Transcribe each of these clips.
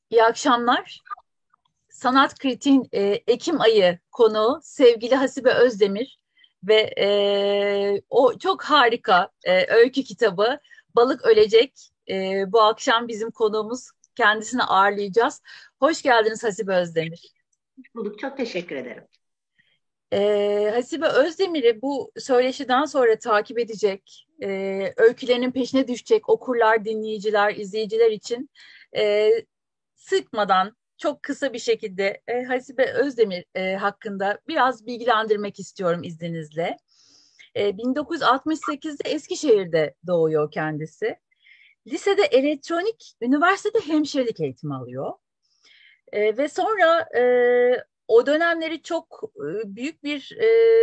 İyi akşamlar. Sanat Kritiğin Ekim ayı konuğu sevgili Hasibe Özdemir ve o çok harika öykü kitabı Balık Ölecek. Bu akşam bizim konuğumuz, kendisini ağırlayacağız. Hoş geldiniz Hasibe Özdemir. Bulduk. Çok teşekkür ederim. Hasibe Özdemir'i bu söyleşiden sonra takip edecek, öykülerinin peşine düşecek okurlar, dinleyiciler, izleyiciler için e, sıkmadan çok kısa bir şekilde Hasibe Özdemir hakkında biraz bilgilendirmek istiyorum izninizle. 1968'de Eskişehir'de doğuyor kendisi. Lisede elektronik, üniversitede hemşirelik eğitimi alıyor. Ve sonra o dönemleri çok büyük bir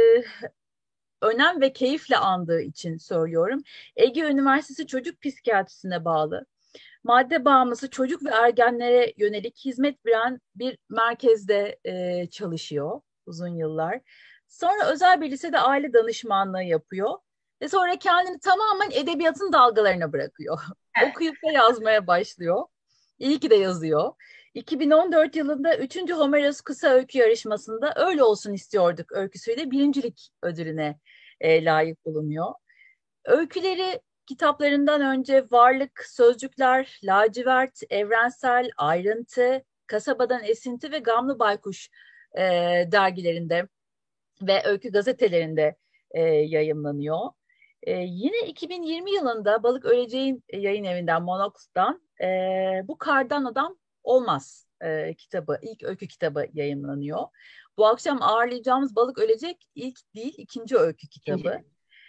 önem ve keyifle andığı için söylüyorum. Ege Üniversitesi Çocuk Psikiyatrisine bağlı, madde bağımlısı çocuk ve ergenlere yönelik hizmet veren bir merkezde çalışıyor uzun yıllar. Sonra özel bir lisede aile danışmanlığı yapıyor ve sonra kendini tamamen edebiyatın dalgalarına bırakıyor. Evet. Okuyup ve yazmaya başlıyor. İyi ki de yazıyor. 2014 yılında 3. Homeros Kısa Öykü Yarışması'nda Öyle Olsun İstiyorduk öyküsüyle birincilik ödülüne layık bulunuyor. Öyküleri kitaplarından önce Varlık, Sözcükler, Lacivert, Evrensel, Ayrıntı, Kasabadan Esinti ve Gamlı Baykuş e, dergilerinde ve öykü gazetelerinde yayımlanıyor. Yine 2020 yılında Balık Öleceğin yayın evinden Monox'tan Bu Kardan Adam Olmaz kitabı, ilk öykü kitabı yayınlanıyor. Bu akşam ağırlayacağımız Balık Ölecek ilk değil, ikinci öykü kitabı. İkinci.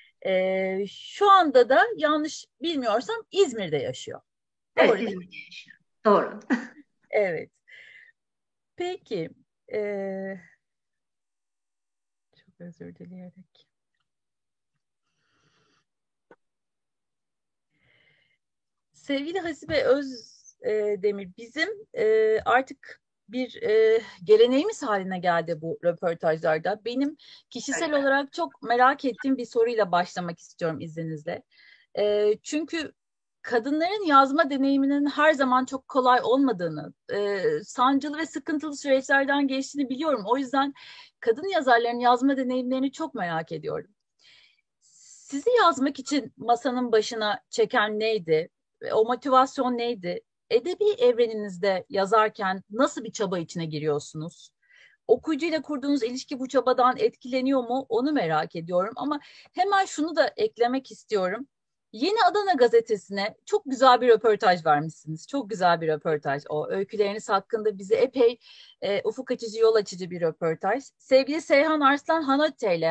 Şu anda da yanlış bilmiyorsam İzmir'de yaşıyor. Doğru Evet, değil mi? İzmir'de yaşıyorum. Doğru. Evet. Peki. Ee, Çok özür dileyerek. Sevgili Hasibe Özdemir, bizim artık bir geleneğimiz haline geldi bu röportajlarda. Benim kişisel Harika. olarak çok merak ettiğim bir soruyla başlamak istiyorum izninizle. Çünkü kadınların yazma deneyiminin her zaman çok kolay olmadığını, sancılı ve sıkıntılı süreçlerden geçtiğini biliyorum. O yüzden kadın yazarların yazma deneyimlerini çok merak ediyorum. Sizi yazmak için masanın başına çeken neydi? Ve o motivasyon neydi? Edebi evreninizde yazarken nasıl bir çaba içine giriyorsunuz? Okuyucuyla kurduğunuz ilişki bu çabadan etkileniyor mu? Onu merak ediyorum. Ama hemen şunu da eklemek istiyorum. Yeni Adana Gazetesi'ne çok güzel bir röportaj vermişsiniz. Çok güzel bir röportaj o. Öyküleriniz hakkında bize epey ufuk açıcı, yol açıcı bir röportaj. Sevgili Seyhan Arslan Hanotte ile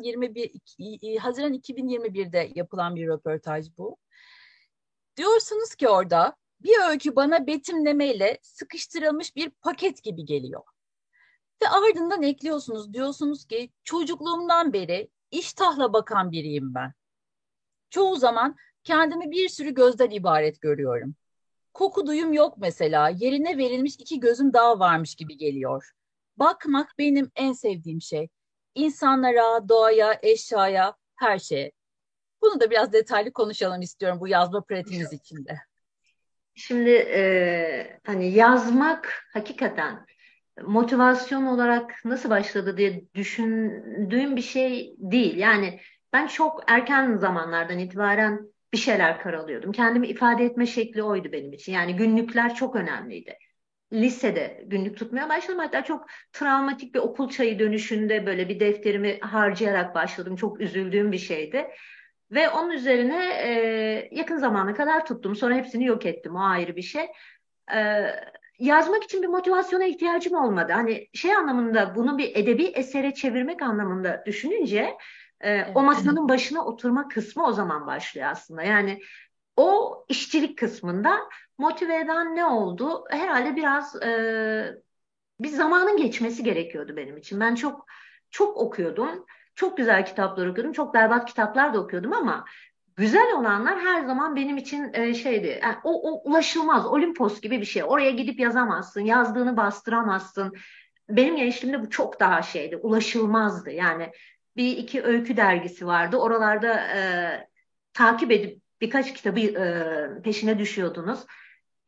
Haziran 2021'de yapılan bir röportaj bu. Diyorsunuz ki orada bir öykü bana betimlemeyle sıkıştırılmış bir paket gibi geliyor. Ve ardından ekliyorsunuz, diyorsunuz ki çocukluğumdan beri iştahla bakan biriyim ben. Çoğu zaman kendimi bir sürü gözden ibaret görüyorum. Koku duyum yok mesela. Yerine verilmiş iki gözüm daha varmış gibi geliyor. Bakmak benim en sevdiğim şey. İnsanlara, doğaya, eşyaya, her şeye. Bunu da biraz detaylı konuşalım istiyorum bu yazma pratiğiniz içinde. Şimdi hani yazmak hakikaten motivasyon olarak nasıl başladı diye düşündüğüm bir şey değil. Yani ben çok erken zamanlardan itibaren bir şeyler karalıyordum. Kendimi ifade etme şekli oydu benim için. Yani günlükler çok önemliydi. Lisede günlük tutmaya başladım. Hatta çok travmatik bir okul çayı dönüşünde böyle bir defterimi harcayarak başladım. Çok üzüldüğüm bir şeydi. Ve onun üzerine yakın zamana kadar tuttum. Sonra hepsini yok ettim. O ayrı bir şey. E, Yazmak için bir motivasyona ihtiyacım olmadı. Hani şey anlamında bunu bir edebi esere çevirmek anlamında düşününce o Evet, masanın başına oturma kısmı o zaman başlıyor aslında. Yani o işçilik kısmında motive eden ne oldu? Herhalde biraz bir zamanın geçmesi gerekiyordu benim için. Ben çok çok okuyordum. Çok güzel kitaplar okuyordum. Çok berbat kitaplar da okuyordum ama güzel olanlar her zaman benim için şeydi. Yani o ulaşılmaz, Olimpos gibi bir şey. Oraya gidip yazamazsın, yazdığını bastıramazsın. Benim gençliğimde bu çok daha şeydi, ulaşılmazdı. Yani bir iki öykü dergisi vardı. Oralarda takip edip birkaç kitabı peşine düşüyordunuz.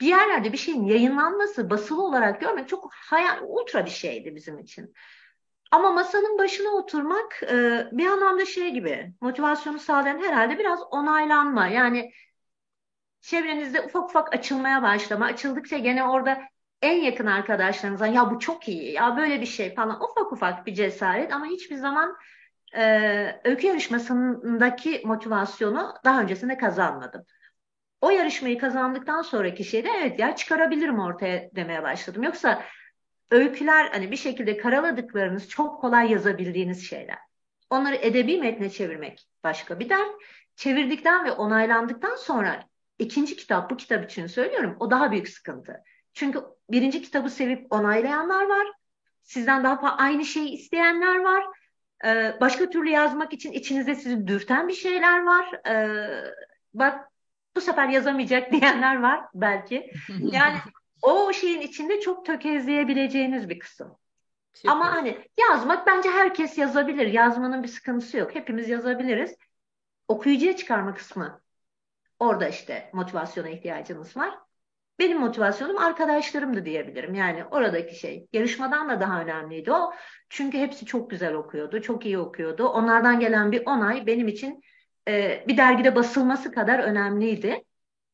bir yerlerde bir şeyin yayınlanması, basılı olarak görmek çok hayal, ultra bir şeydi bizim için. Ama masanın başına oturmak bir anlamda şey gibi, motivasyonu sağlayan herhalde biraz onaylanma. Yani çevrenizde ufak ufak açılmaya başlama. Açıldıkça gene orada en yakın arkadaşlarınıza ya bu çok iyi, ya böyle bir şey falan, ufak ufak bir cesaret, ama hiçbir zaman öykü yarışmasındaki motivasyonu daha öncesinde kazanmadım. O yarışmayı kazandıktan sonraki şeyde evet ya çıkarabilirim ortaya demeye başladım. Yoksa öyküler hani bir şekilde karaladıklarınız, çok kolay yazabildiğiniz şeyler. Onları edebi metne çevirmek başka bir dert. Çevirdikten ve onaylandıktan sonra ikinci kitap, bu kitap için söylüyorum, o daha büyük sıkıntı. Çünkü birinci kitabı sevip onaylayanlar var. Sizden daha fazla aynı şeyi isteyenler var. Başka türlü yazmak için içinizde sizi dürten bir şeyler var. Bak bu sefer yazamayacak diyenler var belki. Yani o şeyin içinde çok tökezleyebileceğiniz bir kısım. Ama Süper. hani yazmak, bence herkes yazabilir. Yazmanın bir sıkıntısı yok. Hepimiz yazabiliriz. Okuyucuya çıkarma kısmı. Orada işte motivasyona ihtiyacınız var. Benim motivasyonum arkadaşlarımdı diyebilirim. Yani oradaki şey yarışmadan da daha önemliydi o. Çünkü hepsi çok güzel okuyordu, çok iyi okuyordu. Onlardan gelen bir onay benim için bir dergide basılması kadar önemliydi.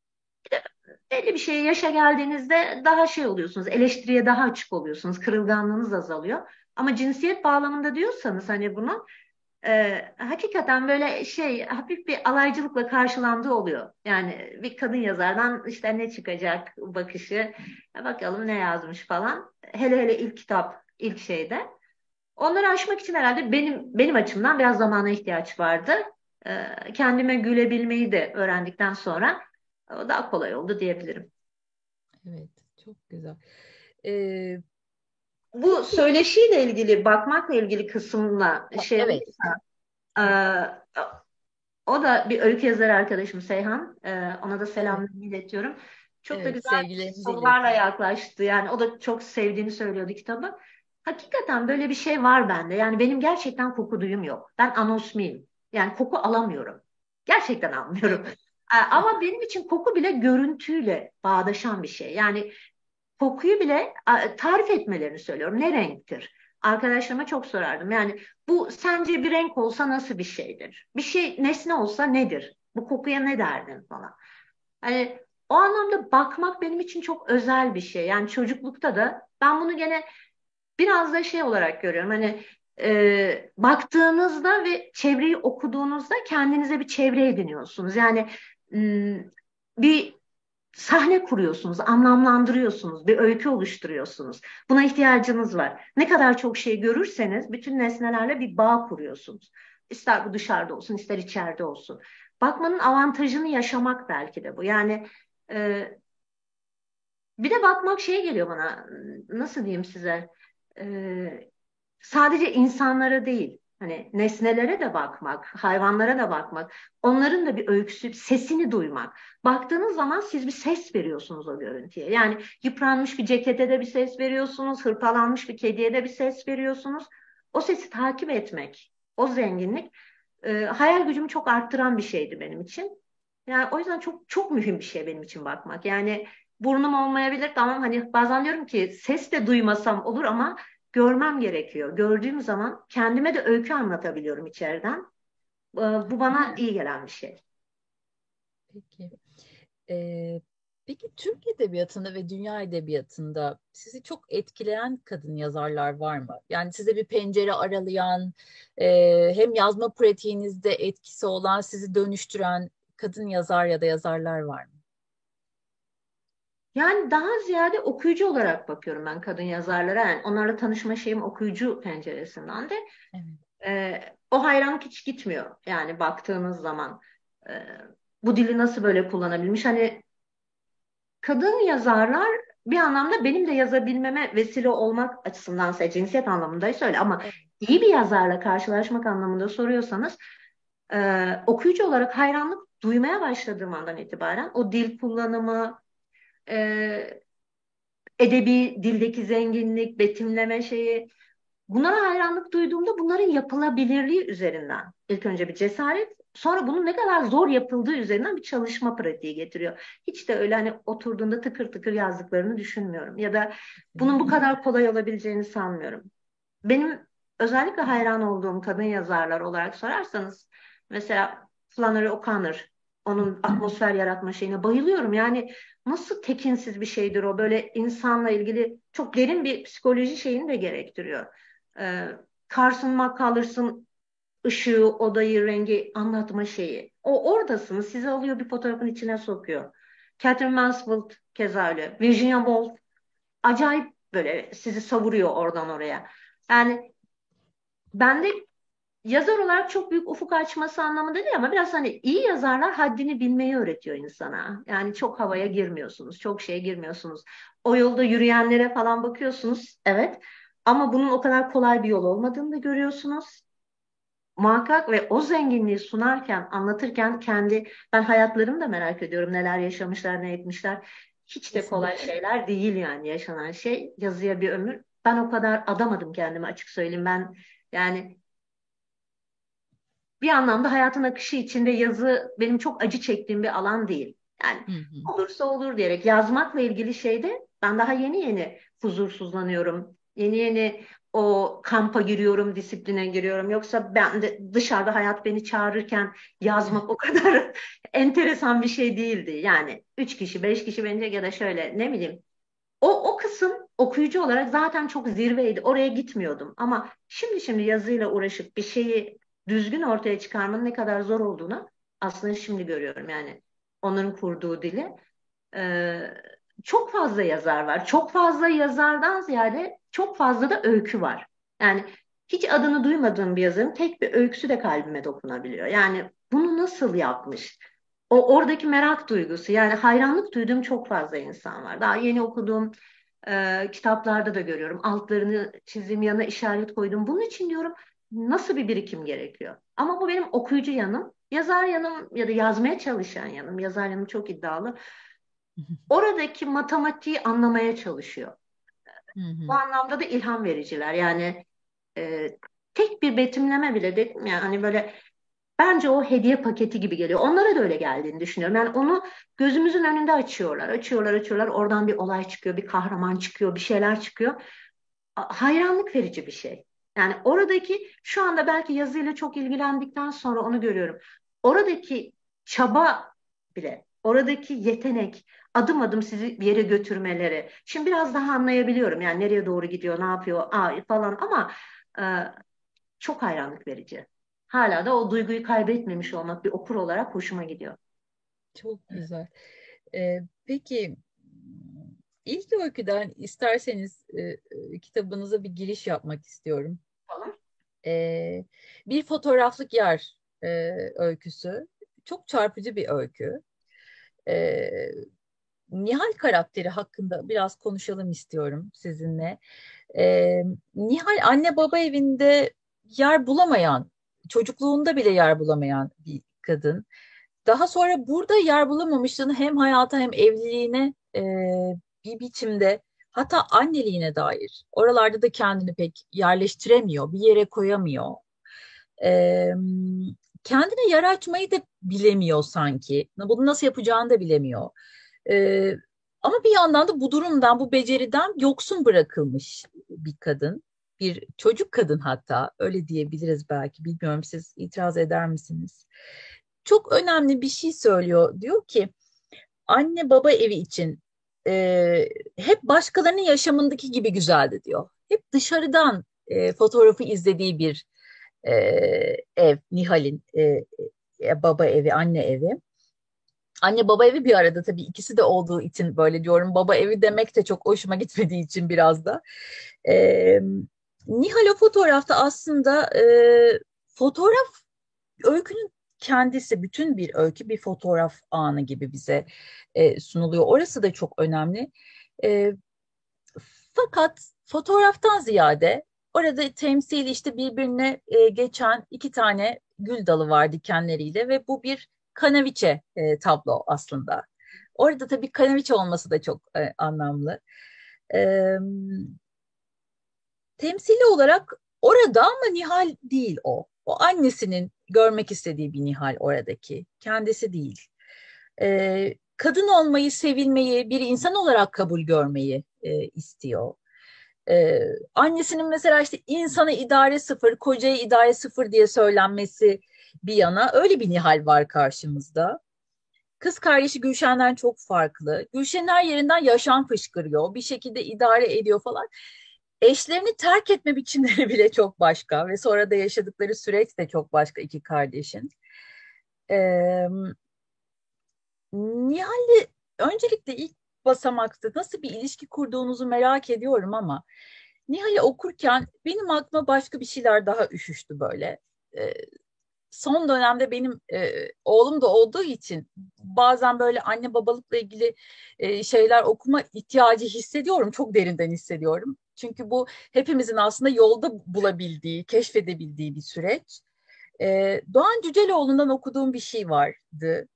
Belli bir şeye yaşa geldiğinizde daha şey oluyorsunuz, eleştiriye daha açık oluyorsunuz, kırılganlığınız azalıyor. Ama cinsiyet bağlamında diyorsanız hani bunu hakikaten böyle şey, hafif bir alaycılıkla karşılandığı oluyor. Yani bir kadın yazardan işte ne çıkacak bakışı, bakalım ne yazmış falan. Hele hele ilk kitap, ilk şeyde. Onları aşmak için herhalde benim açımdan biraz zamana ihtiyaç vardı. Kendime gülebilmeyi de öğrendikten sonra o daha kolay oldu diyebilirim. Evet, çok güzel. Ee, Bu peki, söyleşiyle ilgili, bakmakla ilgili kısımla şey evet, olursa, e, evet, o da bir öykü yazarı arkadaşım Seyhan. Ona da evet, selamlarımı iletiyorum. Çok da evet, güzel sevgilerimizi sorularla iletelim. yaklaştı. Yani o da çok sevdiğini söylüyordu kitabı. Hakikaten böyle bir şey var bende. Yani benim gerçekten koku duyum yok. Ben anosmiyim. Yani koku alamıyorum. Gerçekten almıyorum. Evet, Ama benim için koku bile görüntüyle bağdaşan bir şey. Yani kokuyu bile tarif etmelerini söylüyorum. Ne renktir? Arkadaşlarıma çok sorardım. Yani bu sence bir renk olsa nasıl bir şeydir? Bir şey nesne olsa nedir? Bu kokuya ne derdin falan. Hani o anlamda bakmak benim için çok özel bir şey. Yani çocuklukta da ben bunu gene biraz da şey olarak görüyorum. Hani baktığınızda ve çevreyi okuduğunuzda kendinize bir çevre ediniyorsunuz. Yani bir sahne kuruyorsunuz, anlamlandırıyorsunuz, bir öykü oluşturuyorsunuz. Buna ihtiyacınız var. Ne kadar çok şey görürseniz bütün nesnelerle bir bağ kuruyorsunuz. İster bu dışarıda olsun, ister içeride olsun. Bakmanın avantajını yaşamak belki de bu. Yani e, bir de bakmak şey geliyor bana, nasıl diyeyim size, e, sadece insanlara değil, hani nesnelere de bakmak, hayvanlara da bakmak, onların da bir öyküsü, sesini duymak. Baktığınız zaman siz bir ses veriyorsunuz o görüntüye. Yani yıpranmış bir cekete de bir ses veriyorsunuz, hırpalanmış bir kediye de bir ses veriyorsunuz. O sesi takip etmek, o zenginlik hayal gücümü çok arttıran bir şeydi benim için. Yani o yüzden çok çok mühim bir şey benim için bakmak. Yani burnum olmayabilir, tamam, hani bazen diyorum ki ses de duymasam olur ama görmem gerekiyor. Gördüğüm zaman kendime de öykü anlatabiliyorum içeriden. Bu bana iyi gelen bir şey. peki. Ee, peki Türk Edebiyatı'nda ve dünya edebiyatında sizi çok etkileyen kadın yazarlar var mı? Yani size bir pencere aralayan, hem yazma pratiğinizde etkisi olan, sizi dönüştüren kadın yazar ya da yazarlar var mı? Yani daha ziyade okuyucu olarak bakıyorum ben kadın yazarlara. Yani onlarla tanışma şeyim okuyucu penceresinden de. Evet. O hayranlık hiç gitmiyor. Yani baktığınız zaman e, bu dili nasıl böyle kullanabilmiş? Hani kadın yazarlar bir anlamda benim de yazabilmeme vesile olmak açısındansa, cinsiyet anlamındaysa öyle, ama Evet. iyi bir yazarla karşılaşmak anlamında soruyorsanız okuyucu olarak hayranlık duymaya başladığım andan itibaren o dil kullanımı, e, edebi dildeki zenginlik, betimleme şeyi, bunlara hayranlık duyduğumda bunların yapılabilirliği üzerinden ilk önce bir cesaret, sonra bunun ne kadar zor yapıldığı üzerinden bir çalışma pratiği getiriyor. Hiç de öyle hani oturduğunda tıkır tıkır yazdıklarını düşünmüyorum. Ya da bunun bu kadar kolay olabileceğini sanmıyorum. Benim özellikle hayran olduğum kadın yazarlar olarak sorarsanız mesela Flannery O'Connor, onun atmosfer yaratma şeyine bayılıyorum. Yani nasıl tekinsiz bir şeydir o, böyle insanla ilgili çok derin bir psikoloji şeyini de gerektiriyor. Ee, Carson McCulloch'ın ışığı, odayı, rengi anlatma şeyi. O oradasınız, sizi alıyor bir fotoğrafın içine sokuyor. Catherine Mansfield keza öyle. Virginia Woolf acayip böyle sizi savuruyor oradan oraya. Yani bende yazar olarak çok büyük ufuk açması anlamında değil ama biraz hani iyi yazarlar haddini bilmeyi öğretiyor insana. Yani çok havaya girmiyorsunuz, çok şeye girmiyorsunuz. O yolda yürüyenlere falan bakıyorsunuz, evet. Ama bunun o kadar kolay bir yol olmadığını da görüyorsunuz. Muhakkak ve o zenginliği sunarken, anlatırken ben hayatlarını da merak ediyorum. Neler yaşamışlar, ne etmişler. Hiç de kolay Kesinlikle. şeyler değil yani yaşanan şey. Yazıya bir ömür. Ben o kadar adamadım kendimi, açık söyleyeyim. Ben yani bir anlamda hayatın akışı içinde yazı benim çok acı çektiğim bir alan değil. Yani Hı hı. olursa olur diyerek yazmakla ilgili şeyde ben daha yeni yeni huzursuzlanıyorum. Yeni yeni o kampa giriyorum, disipline giriyorum. Yoksa ben de dışarıda hayat beni çağırırken yazmak o kadar enteresan bir şey değildi. Yani 3 kişi, 5 kişi bence ya da şöyle ne bileyim. O kısım okuyucu olarak zaten çok zirveydi. Oraya gitmiyordum. Ama şimdi yazıyla uğraşıp bir şeyi düzgün ortaya çıkarmanın ne kadar zor olduğunu aslında şimdi görüyorum. Yani onların kurduğu dili. Ee, Çok fazla yazar var. Çok fazla yazardan ziyade çok fazla da öykü var. Yani hiç adını duymadığım bir yazarın tek bir öyküsü de kalbime dokunabiliyor. Yani bunu nasıl yapmış? Oradaki merak duygusu, yani hayranlık duyduğum çok fazla insan var. Daha yeni okuduğum kitaplarda da görüyorum. Altlarını çizdiğim, yanına işaret koydum. Bunun için diyorum nasıl bir birikim gerekiyor? Ama bu benim okuyucu yanım. Yazar yanım ya da yazmaya çalışan yanım. Yazar yanım çok iddialı. Oradaki matematiği anlamaya çalışıyor. Hı Bu hı. anlamda da ilham vericiler. Yani e, tek bir betimleme bile dedim ya hani böyle, bence o hediye paketi gibi geliyor. Onlara da öyle geldiğini düşünüyorum. Yani onu gözümüzün önünde açıyorlar. Açıyorlar. Oradan bir olay çıkıyor, bir kahraman çıkıyor, bir şeyler çıkıyor. Hayranlık verici bir şey. Yani oradaki şu anda belki yazıyla çok ilgilendikten sonra onu görüyorum. Oradaki çaba bile, oradaki yetenek, adım adım sizi bir yere götürmeleri. Şimdi biraz daha anlayabiliyorum. Yani nereye doğru gidiyor, ne yapıyor, falan ama e, çok hayranlık verici. Hala da o duyguyu kaybetmemiş olmak bir okur olarak hoşuma gidiyor. Çok güzel. Peki ilk öyküden isterseniz kitabınıza bir giriş yapmak istiyorum. Tamam. E, Bir fotoğraflık yer öyküsü. Çok çarpıcı bir öykü. E, Nihal karakteri hakkında biraz konuşalım istiyorum sizinle. Nihal anne baba evinde yer bulamayan, çocukluğunda bile yer bulamayan bir kadın. Daha sonra burada yer bulamamışlığını hem hayata hem evliliğine bir biçimde, hatta anneliğine dair oralarda da kendini pek yerleştiremiyor, bir yere koyamıyor. E, Kendine yer açmayı da bilemiyor sanki. Bunu nasıl yapacağını da bilemiyor. E, Ama bir yandan da bu durumdan, bu beceriden yoksun bırakılmış bir kadın. Bir çocuk kadın, hatta öyle diyebiliriz belki. Bilmiyorum, siz itiraz eder misiniz? Çok önemli bir şey söylüyor. Diyor ki anne baba evi için hep başkalarının yaşamındaki gibi güzeldi diyor. Hep dışarıdan fotoğrafı izlediği bir e, ev, Nihal'in baba evi, anne evi. Anne baba evi bir arada, tabii ikisi de olduğu için böyle diyorum. Baba evi demek de çok hoşuma gitmediği için biraz da. E, Nihal o fotoğrafta aslında fotoğraf, öykünün kendisi, bütün bir öykü bir fotoğraf anı gibi bize sunuluyor. Orası da çok önemli. E, Fakat fotoğraftan ziyade orada temsili işte birbirine geçen iki tane gül dalı var dikenleriyle ve bu bir kanaviçe tablo aslında. Orada tabii kanaviçe olması da çok anlamlı. E, Temsili olarak orada ama Nihal değil o. O annesinin görmek istediği bir Nihal oradaki. Kendisi değil. Kadın olmayı, sevilmeyi, bir insan olarak kabul görmeyi istiyor. Annesinin mesela işte insanı idare sıfır, kocayı idare sıfır diye söylenmesi bir yana öyle bir Nihal var karşımızda. Kız kardeşi Gülşen'den çok farklı. Gülşen'in her yerinden yaşam fışkırıyor. Bir şekilde idare ediyor falan. Eşlerini terk etme biçimleri bile çok başka ve sonra da yaşadıkları süreç de çok başka iki kardeşin. Ee, Nihal'le öncelikle ilk basamakta nasıl bir ilişki kurduğunuzu merak ediyorum ama Nihal'i okurken benim aklıma başka bir şeyler daha üşüştü böyle. Ee, Son dönemde benim oğlum da olduğu için bazen böyle anne babalıkla ilgili şeyler okuma ihtiyacı hissediyorum. Çok derinden hissediyorum. Çünkü bu hepimizin aslında yolda bulabildiği, keşfedebildiği bir süreç. Doğan Cüceloğlu'ndan okuduğum bir şey vardı.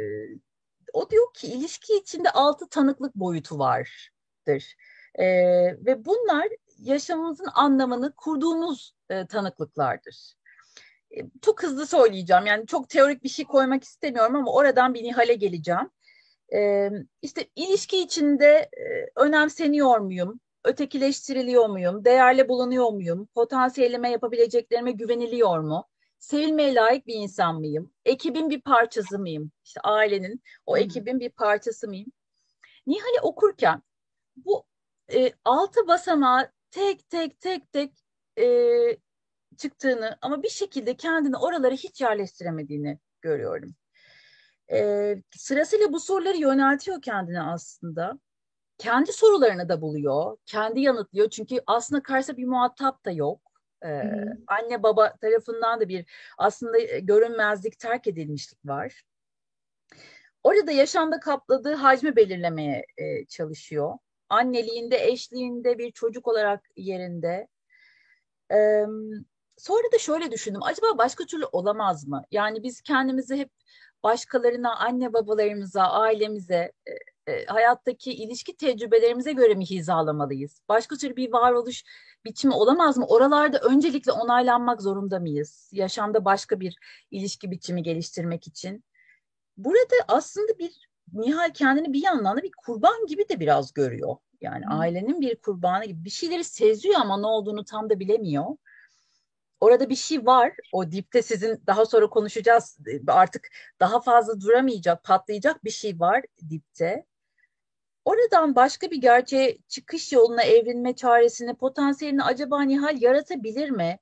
O diyor ki ilişki içinde 6 tanıklık boyutu vardır. Ve bunlar yaşamımızın anlamını kurduğumuz tanıklıklardır. Çok hızlı söyleyeceğim. Yani çok teorik bir şey koymak istemiyorum ama oradan bir Nihal'e geleceğim. İşte ilişki içinde önemseniyor muyum? Ötekileştiriliyor muyum? Değerli bulunuyor muyum? Potansiyelime, yapabileceklerime güveniliyor mu? Sevilmeye layık bir insan mıyım? Ekibin bir parçası mıyım? İşte ailenin, o Hı ekibin bir parçası mıyım? Nihal'i okurken bu 6 basamağı tek tek e, çıktığını ama bir şekilde kendini oralara hiç yerleştiremediğini görüyorum. Sırasıyla bu soruları yöneltiyor kendine aslında. Kendi sorularını da buluyor, kendi yanıtlıyor. Çünkü aslında karşısında bir muhatap da yok. hı. Anne baba tarafından da bir aslında görünmezlik, terk edilmişlik var. Orada yaşamda kapladığı hacmi belirlemeye çalışıyor. Anneliğinde, eşliğinde bir çocuk olarak yerinde. Ee, Sonra da şöyle düşündüm. Acaba başka türlü olamaz mı? Yani biz kendimizi hep başkalarına, anne babalarımıza, ailemize, hayattaki ilişki tecrübelerimize göre mi hizalamalıyız? Başka türlü bir varoluş biçimi olamaz mı? Oralarda öncelikle onaylanmak zorunda mıyız? Yaşamda başka bir ilişki biçimi geliştirmek için. Burada aslında bir Nihal kendini bir yandan da bir kurban gibi de biraz görüyor. Yani ailenin bir kurbanı gibi bir şeyleri seziyor ama ne olduğunu tam da bilemiyor. Orada bir şey var. O dipte sizin daha sonra konuşacağız. Artık daha fazla duramayacak, patlayacak bir şey var dipte. Oradan başka bir gerçeğe çıkış yoluna evrilme çaresini, potansiyelini acaba Nihal yaratabilir mi?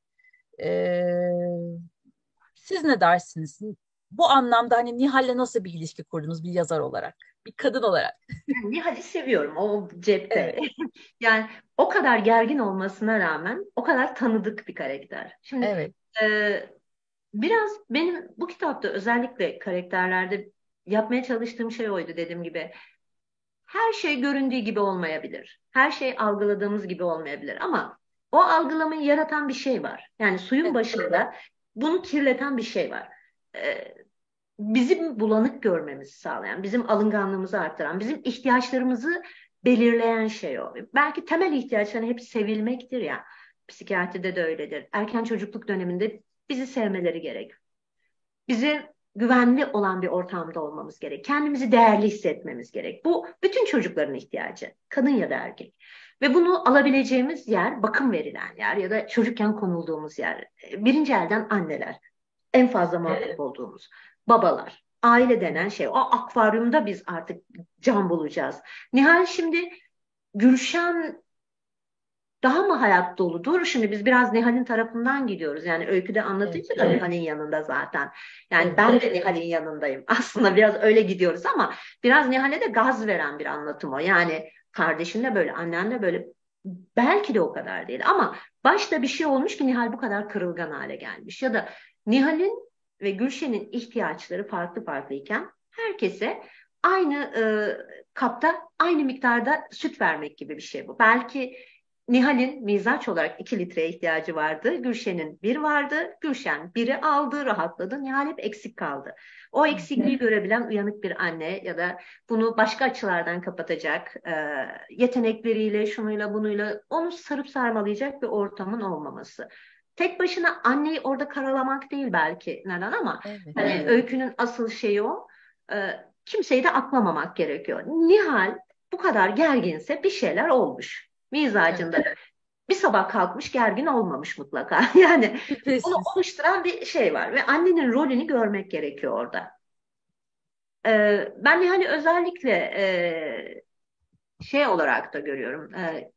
Ee, Siz ne dersiniz? Bu anlamda hani Nihal'le nasıl bir ilişki kurdunuz bir yazar olarak, bir kadın olarak? Yani Nihal'i seviyorum o cepte. Evet, Yani o kadar gergin olmasına rağmen o kadar tanıdık bir karakter. Şimdi evet, e, biraz benim bu kitapta özellikle karakterlerde yapmaya çalıştığım şey oydu dediğim gibi. Her şey göründüğü gibi olmayabilir. Her şey algıladığımız gibi olmayabilir ama o algılamayı yaratan bir şey var. Yani suyun evet, başında bunu kirleten bir şey var. E, Bizim bulanık görmemizi sağlayan, bizim alınganlığımızı arttıran, bizim ihtiyaçlarımızı belirleyen şey o. Belki temel ihtiyaçların hep sevilmektir ya. Psikiyatride de öyledir. Erken çocukluk döneminde bizi sevmeleri gerek. Bize güvenli olan bir ortamda olmamız gerek. Kendimizi değerli hissetmemiz gerek. Bu bütün çocukların ihtiyacı. Kadın ya da erkek. Ve bunu alabileceğimiz yer, bakım verilen yer ya da çocukken konulduğumuz yer. Birinci elden anneler. En fazla muhatap olduğumuz. Babalar. Aile denen şey. O akvaryumda biz artık can bulacağız. Nihal şimdi Gülşen daha mı hayat doludur? Şimdi biz biraz Nihal'in tarafından gidiyoruz. Yani öyküde evet, anlatınca da Nihal'in yanında zaten. Yani evet, ben de Nihal'in yanındayım. Aslında biraz öyle gidiyoruz ama biraz Nihal'e de gaz veren bir anlatım o. Yani kardeşin de böyle, annen de böyle. Belki de o kadar değil ama başta bir şey olmuş ki Nihal bu kadar kırılgan hale gelmiş. Ya da Nihal'in ve Gülşen'in ihtiyaçları farklı farklıyken herkese aynı kapta, aynı miktarda süt vermek gibi bir şey bu. Belki Nihal'in mizaç olarak 2 litreye ihtiyacı vardı. Gülşen'in bir vardı. Gülşen biri aldı, rahatladı. Nihal hep eksik kaldı. O eksikliği görebilen uyanık bir anne ya da bunu başka açılardan kapatacak, yetenekleriyle, şunuyla, bunuyla onu sarıp sarmalayacak bir ortamın olmaması. tek başına anneyi orada karalamak değil belki neden ama Evet. hani öykünün asıl şeyi o. Kimseyi de aklamamak gerekiyor. Nihal bu kadar gerginse bir şeyler olmuş. Evet. Mizacında bir sabah kalkmış gergin olmamış mutlaka. Yani onu Şüphesiz. oluşturan bir şey var ve annenin rolünü görmek gerekiyor orada. Ben Nihal'i özellikle şey olarak da görüyorum.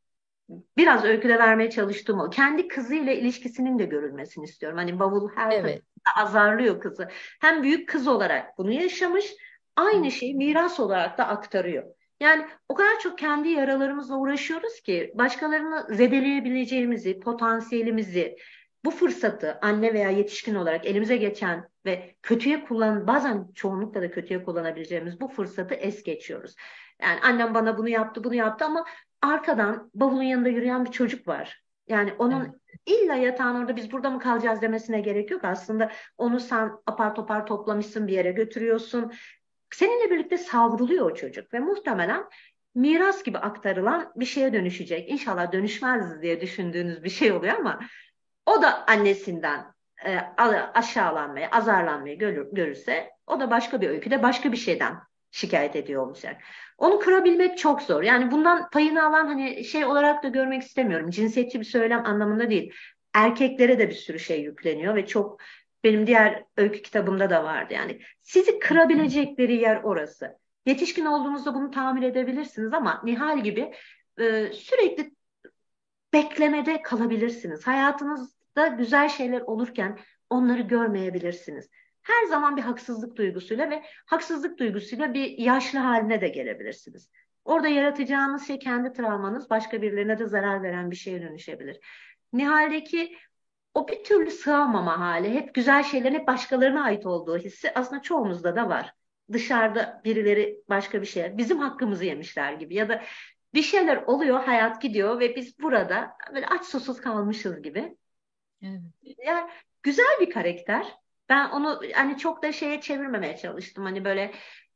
Biraz öyküde vermeye çalıştığım o. Kendi kızıyla ilişkisinin de görülmesini istiyorum. Hani bavul her Evet. seferinde azarlıyor kızı. Hem büyük kız olarak bunu yaşamış, aynı Evet. şeyi miras olarak da aktarıyor. Yani o kadar çok kendi yaralarımızla uğraşıyoruz ki başkalarını zedeleyebileceğimizi, potansiyelimizi, bu fırsatı anne veya yetişkin olarak elimize geçen ve kötüye bazen çoğunlukla da kötüye kullanabileceğimiz bu fırsatı es geçiyoruz. Yani annem bana bunu yaptı, bunu yaptı ama arkadan bavulun yanında yürüyen bir çocuk var. Yani Evet. onun illa yatağın orada biz burada mı kalacağız demesine gerek yok. Aslında onu sen apar topar toplamışsın bir yere götürüyorsun. Seninle birlikte savruluyor o çocuk ve muhtemelen miras gibi aktarılan bir şeye dönüşecek. İnşallah dönüşmez diye düşündüğünüz bir şey oluyor ama o da annesinden aşağılanmayı, azarlanmayı görürse o da başka bir öyküde başka bir şeyden şikayet ediyor olacak. Onu kırabilmek çok zor. Yani bundan payını alan hani şey olarak da görmek istemiyorum. Cinsiyetçi bir söylem anlamında değil. Erkeklere de bir sürü şey yükleniyor ve çok benim diğer öykü kitabımda da vardı. Yani sizi kırabilecekleri yer orası. Yetişkin olduğunuzda bunu tahammül edebilirsiniz ama Nihal gibi sürekli beklemede kalabilirsiniz. Hayatınızda güzel şeyler olurken onları görmeyebilirsiniz. Her zaman bir haksızlık duygusuyla ve haksızlık duygusuyla bir yaşlı haline de gelebilirsiniz. Orada yaratacağınız şey kendi travmanız başka birilerine de zarar veren bir şeye dönüşebilir. Nihal'deki o bir türlü sığamama hali, hep güzel şeylerin hep başkalarına ait olduğu hissi aslında çoğumuzda da var. Dışarıda birileri başka bir şey, bizim hakkımızı yemişler gibi ya da bir şeyler oluyor, hayat gidiyor ve biz burada böyle aç susuz kalmışız gibi. Evet. Yani güzel bir karakter. Ben onu hani çok da şeye çevirmemeye çalıştım. Hani böyle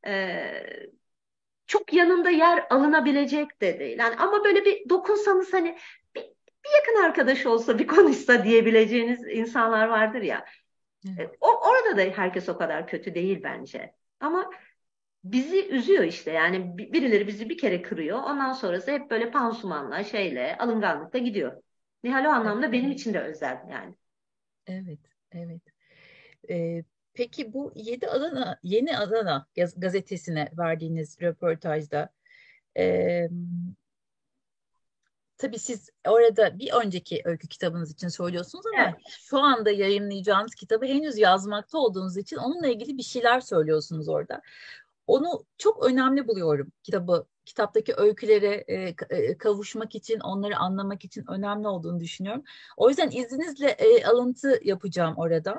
e, çok yanında yer alınabilecek de değil. Yani ama böyle bir dokunsanız hani bir yakın arkadaş olsa bir konuşsa diyebileceğiniz insanlar vardır ya. Evet. Orada da herkes o kadar kötü değil bence. Ama bizi üzüyor işte. Yani birileri bizi bir kere kırıyor. Ondan sonrası hep böyle pansumanla, şeyle, alınganlıkla gidiyor. Nihal o Evet. anlamda benim için de özel yani. Evet. Evet. Peki bu Yeni Adana gazetesine verdiğiniz röportajda e, tabii siz orada bir önceki öykü kitabınız için söylüyorsunuz ama Evet. şu anda yayınlayacağınız kitabı henüz yazmakta olduğunuz için onunla ilgili bir şeyler söylüyorsunuz orada. Onu çok önemli buluyorum kitaptaki öykülere kavuşmak için, onları anlamak için önemli olduğunu düşünüyorum. O yüzden izninizle alıntı yapacağım orada.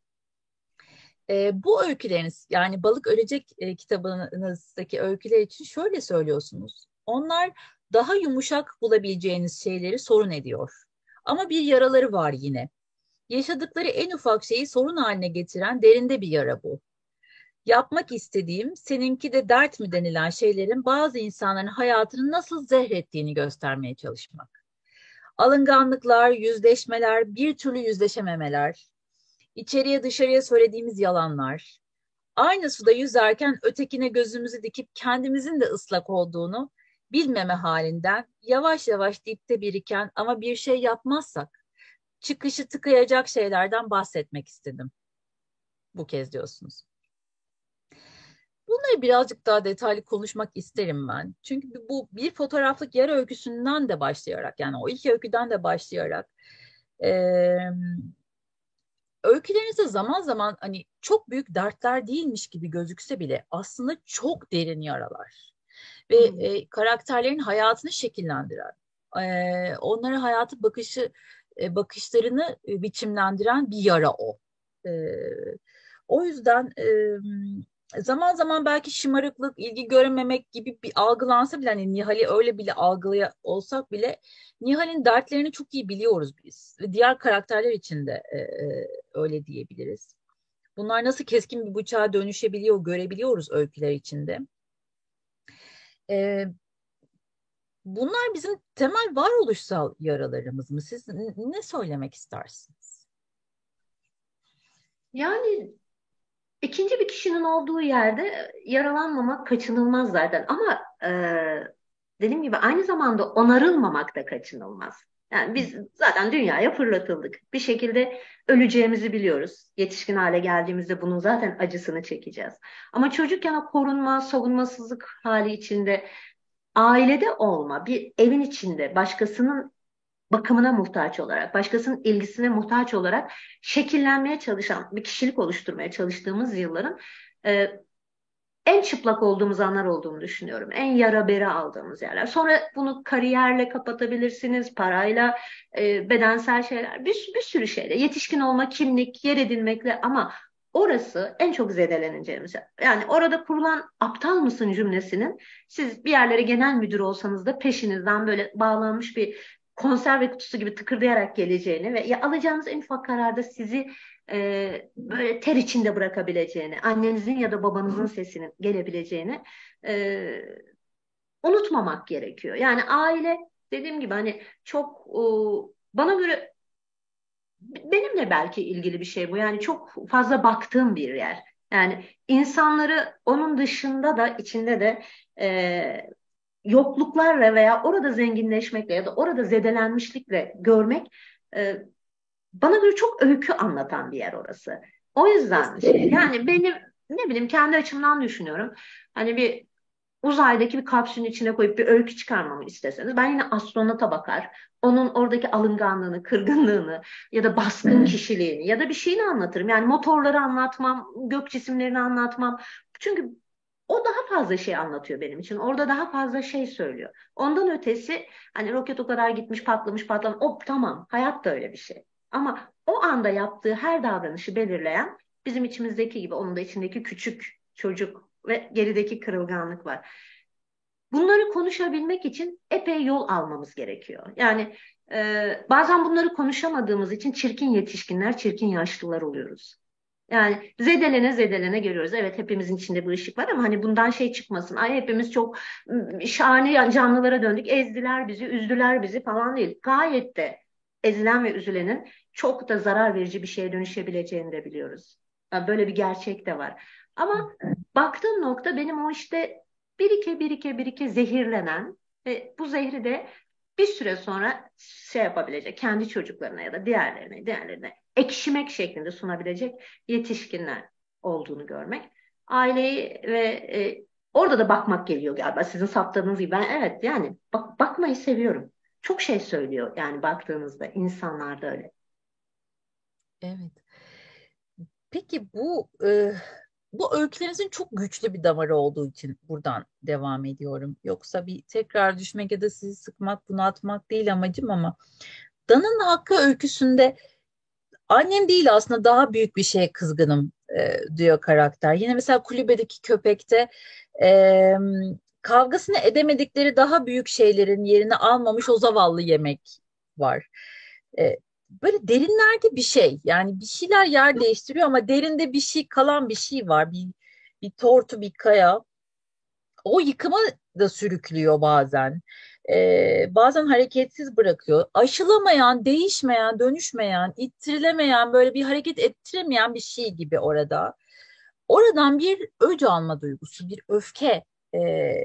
Bu öyküleriniz yani Balık Ölecek kitabınızdaki öyküler için şöyle söylüyorsunuz. Onlar daha yumuşak bulabileceğiniz şeyleri sorun ediyor. Ama bir yaraları var yine. Yaşadıkları en ufak şeyi sorun haline getiren derinde bir yara bu. Yapmak istediğim seninki de dert mi denilen şeylerin bazı insanların hayatını nasıl zehrettiğini göstermeye çalışmak. Alınganlıklar, yüzleşmeler, bir türlü yüzleşememeler, içeriye dışarıya söylediğimiz yalanlar, aynı suda yüzerken ötekine gözümüzü dikip kendimizin de ıslak olduğunu bilmeme halinden yavaş yavaş dipte biriken ama bir şey yapmazsak çıkışı tıkayacak şeylerden bahsetmek istedim bu kez diyorsunuz. Bunları birazcık daha detaylı konuşmak isterim ben. Çünkü bu bir fotoğraflık yara öyküsünden de başlayarak yani o ilk öyküden de başlayarak eee öykülerinizde zaman zaman hani çok büyük dertler değilmiş gibi gözükse bile aslında çok derin yaralar ve Hmm. karakterlerin hayatını şekillendiren, onlara bakışlarını biçimlendiren bir yara o. E, O yüzden zaman zaman belki şımarıklık, ilgi görememek gibi bir algılansa bile hani Nihal'i öyle bile algılaya olsak bile Nihal'in dertlerini çok iyi biliyoruz biz. Ve diğer karakterler için de öyle diyebiliriz. Bunlar nasıl keskin bir bıçağa dönüşebiliyor görebiliyoruz öyküler içinde. E, Bunlar bizim temel varoluşsal yaralarımız mı? Siz ne söylemek istersiniz? Yani ikinci bir kişinin olduğu yerde yaralanmamak kaçınılmaz zaten. Ama dediğim gibi aynı zamanda onarılmamak da kaçınılmaz. Yani biz zaten dünyaya fırlatıldık. Bir şekilde öleceğimizi biliyoruz. Yetişkin hale geldiğimizde bunun zaten acısını çekeceğiz. Ama çocukken o korunma, savunmasızlık hali içinde ailede olma, bir evin içinde başkasının bakımına muhtaç olarak, başkasının ilgisine muhtaç olarak şekillenmeye çalışan, bir kişilik oluşturmaya çalıştığımız yılların e, en çıplak olduğumuz anlar olduğunu düşünüyorum. En yara bere aldığımız yerler. Sonra bunu kariyerle kapatabilirsiniz, parayla, bedensel şeyler, bir sürü şeyle. Yetişkin olma, kimlik, yer edinmekle, ama orası en çok zedeleneceğimiz yer. Yani orada kurulan aptal mısın cümlesinin, siz bir yerlere genel müdür olsanız da peşinizden böyle bağlanmış bir konserve kutusu gibi tıkırdayarak geleceğini ve ya alacağınız en ufak kararda sizi böyle ter içinde bırakabileceğini, annenizin ya da babanızın sesinin gelebileceğini e, unutmamak gerekiyor. Yani aile, dediğim gibi, hani çok bana göre benimle belki ilgili bir şey bu. Yani çok fazla baktığım bir yer. Yani insanları onun dışında da içinde de yokluklarla veya orada zenginleşmekle ya da orada zedelenmişlikle görmek bana göre çok öykü anlatan bir yer orası. O yüzden yani benim, ne bileyim, kendi açımdan düşünüyorum. Hani bir uzaydaki bir kapsülün içine koyup bir öykü çıkarmamı isteseniz ben yine astronota bakar. Onun oradaki alınganlığını, kırgınlığını ya da baskın kişiliğini ya da bir şeyini anlatırım. Yani motorları anlatmam, gök cisimlerini anlatmam. Çünkü o daha fazla şey anlatıyor benim için. Orada daha fazla şey söylüyor. Ondan ötesi, hani roket o kadar gitmiş, patlamış, patlamış. O tamam, hayat da öyle bir şey. Ama o anda yaptığı her davranışı belirleyen, bizim içimizdeki gibi onun da içindeki küçük çocuk ve gerideki kırılganlık var. Bunları konuşabilmek için epey yol almamız gerekiyor. Yani bazen bunları konuşamadığımız için çirkin yetişkinler, çirkin yaşlılar oluyoruz. Yani zedelene zedelene görüyoruz. Evet, hepimizin içinde bu ışık var ama hani bundan şey çıkmasın. Ay, hepimiz çok şahane canlılara döndük. Ezdiler bizi, üzdüler bizi falan değil. Gayet de ezilen ve üzülenin çok da zarar verici bir şeye dönüşebileceğini de biliyoruz. Yani böyle bir gerçek de var. Ama baktığım nokta, benim o işte birike zehirlenen ve bu zehri de bir süre sonra şey yapabilecek, kendi çocuklarına ya da diğerlerine ekşimek şeklinde sunabilecek yetişkinler olduğunu görmek. Aileyi ve orada da bakmak geliyor galiba, sizin saptadığınız gibi. Ben, evet, yani bakmayı seviyorum. Çok şey söylüyor yani, baktığınızda insanlar da öyle. Evet. Peki bu öykülerinizin çok güçlü bir damarı olduğu için buradan devam ediyorum. Yoksa bir tekrar düşmek ya da sizi sıkmak, bunaltmak değil amacım, ama Dan'ın Hakkı öyküsünde annem değil aslında daha büyük bir şeye kızgınım diyor karakter. Yine mesela kulübedeki köpekte e, kavgasını edemedikleri daha büyük şeylerin yerini almamış o zavallı yemek var. E, Böyle derinlerde bir şey, yani bir şeyler yer değiştiriyor ama derinde bir şey, kalan bir şey var. Bir tortu, bir kaya. O yıkıma da sürüklüyor bazen. Bazen hareketsiz bırakıyor. Aşılamayan, değişmeyen, dönüşmeyen, ittirilemeyen, böyle bir hareket ettiremeyen bir şey gibi orada. Oradan bir öc alma duygusu, bir öfke, ee,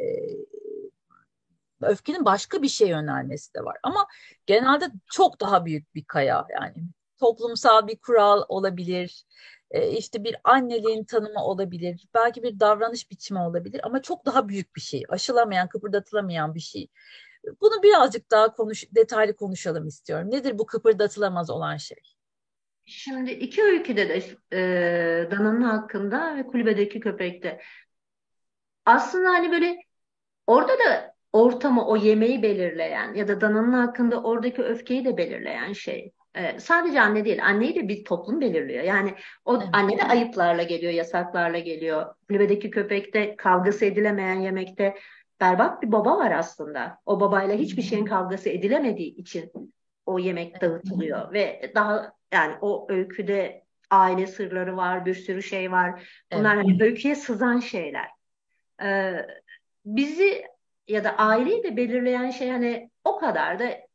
öfkenin başka bir şeye yönelmesi de var. Ama genelde çok daha büyük bir kaya, yani toplumsal bir kural olabilir, işte bir anneliğin tanımı olabilir, belki bir davranış biçimi olabilir ama çok daha büyük bir şey, aşılamayan, kıpırdatılamayan bir şey. Bunu birazcık daha detaylı konuşalım istiyorum. Nedir bu kıpırdatılamaz olan şey? Şimdi iki öyküde de Dana'nın hakkında ve kulübedeki köpekte aslında hani böyle, orada da ortamı, o yemeği belirleyen ya da dananın hakkında oradaki öfkeyi de belirleyen şey. Sadece anne değil, anneyi de bir toplum belirliyor. Yani o Evet. anne de ayıplarla geliyor, yasaklarla geliyor. Kulübedeki köpekte kavgası edilemeyen yemekte berbat bir baba var aslında. O babayla hiçbir şeyin kavgası edilemediği için o yemek dağıtılıyor ve daha, yani o öyküde aile sırları var, bir sürü şey var. Evet. Bunlar hani öyküye sızan şeyler. Ee, Bizi ya da aileyi de belirleyen şey hani o kadar da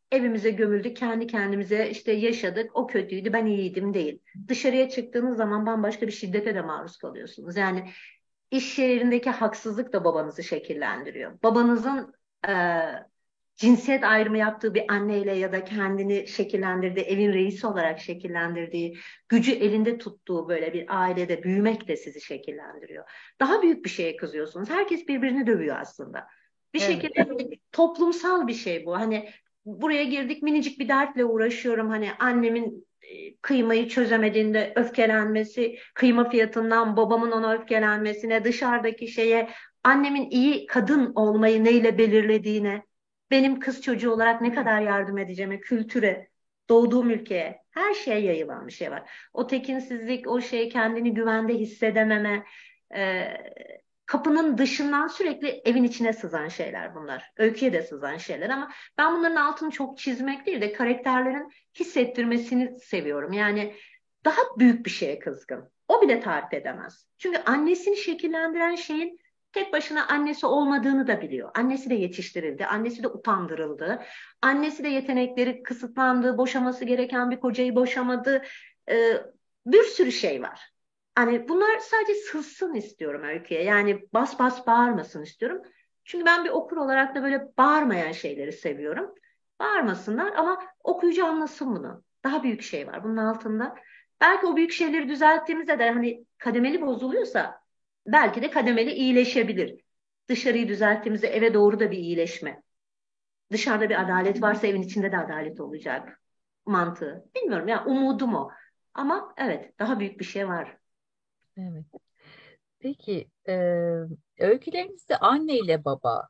evimize gömüldük, kendi kendimize işte yaşadık. O kötüydü, ben iyiydim değil. Dışarıya çıktığınız zaman bambaşka bir şiddete de maruz kalıyorsunuz. Yani iş yerindeki haksızlık da babanızı şekillendiriyor. Babanızın e, cinsiyet ayrımı yaptığı bir anneyle ya da kendini şekillendirdiği, evin reisi olarak şekillendirdiği, gücü elinde tuttuğu böyle bir ailede büyümek de sizi şekillendiriyor. Daha büyük bir şeye kızıyorsunuz. Herkes birbirini dövüyor aslında. Bir Evet. şekilde toplumsal bir şey bu. Hani buraya girdik, minicik bir dertle uğraşıyorum. Hani annemin kıymayı çözemediğinde öfkelenmesi, kıyma fiyatından babamın ona öfkelenmesine, dışarıdaki şeye, annemin iyi kadın olmayı neyle belirlediğine, benim kız çocuğu olarak ne kadar yardım edeceğime, kültüre, doğduğum ülkeye, her şeye yayılan bir şey var. O tekinsizlik, o şey, kendini güvende hissedememe, e, kapının dışından sürekli evin içine sızan şeyler bunlar. Öyküye de sızan şeyler ama ben bunların altını çok çizmek değil de karakterlerin hissettirmesini seviyorum. Yani daha büyük bir şeye kızgın. O bile tarif edemez. Çünkü annesini şekillendiren şeyin tek başına annesi olmadığını da biliyor. Annesi de yetiştirildi, annesi de utandırıldı. Annesi de yetenekleri kısıtlandı, boşaması gereken bir kocayı boşamadı. Ee, Bir sürü şey var. Hani bunlar sadece sızsın istiyorum öyküye. Yani bas bas bağırmasın istiyorum. Çünkü ben bir okur olarak da böyle bağırmayan şeyleri seviyorum. Bağırmasınlar ama okuyucu anlasın bunu. Daha büyük şey var bunun altında. Belki o büyük şeyleri düzelttiğimizde de hani kademeli bozuluyorsa belki de kademeli iyileşebilir. Dışarıyı düzelttiğimizde eve doğru da bir iyileşme. Dışarıda bir adalet varsa evin içinde de adalet olacak mantığı. Bilmiyorum ya, umudum o. Ama evet, daha büyük bir şey var. Evet. Peki öykülerinizde anne ile baba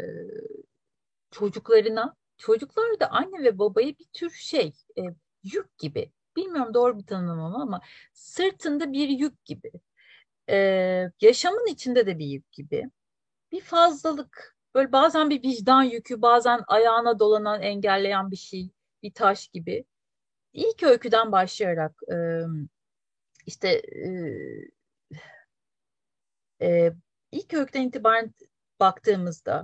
çocuklarına, çocuklar da anne ve babayı bir tür yük gibi. Bilmiyorum doğru bir tanımım ama sırtında bir yük gibi. Yaşamın içinde de bir yük gibi. Bir fazlalık. Böyle bazen bir vicdan yükü, bazen ayağına dolanan, engelleyen bir şey, bir taş gibi. İlk öyküden başlayarak işte e, ilk öyküden itibaren baktığımızda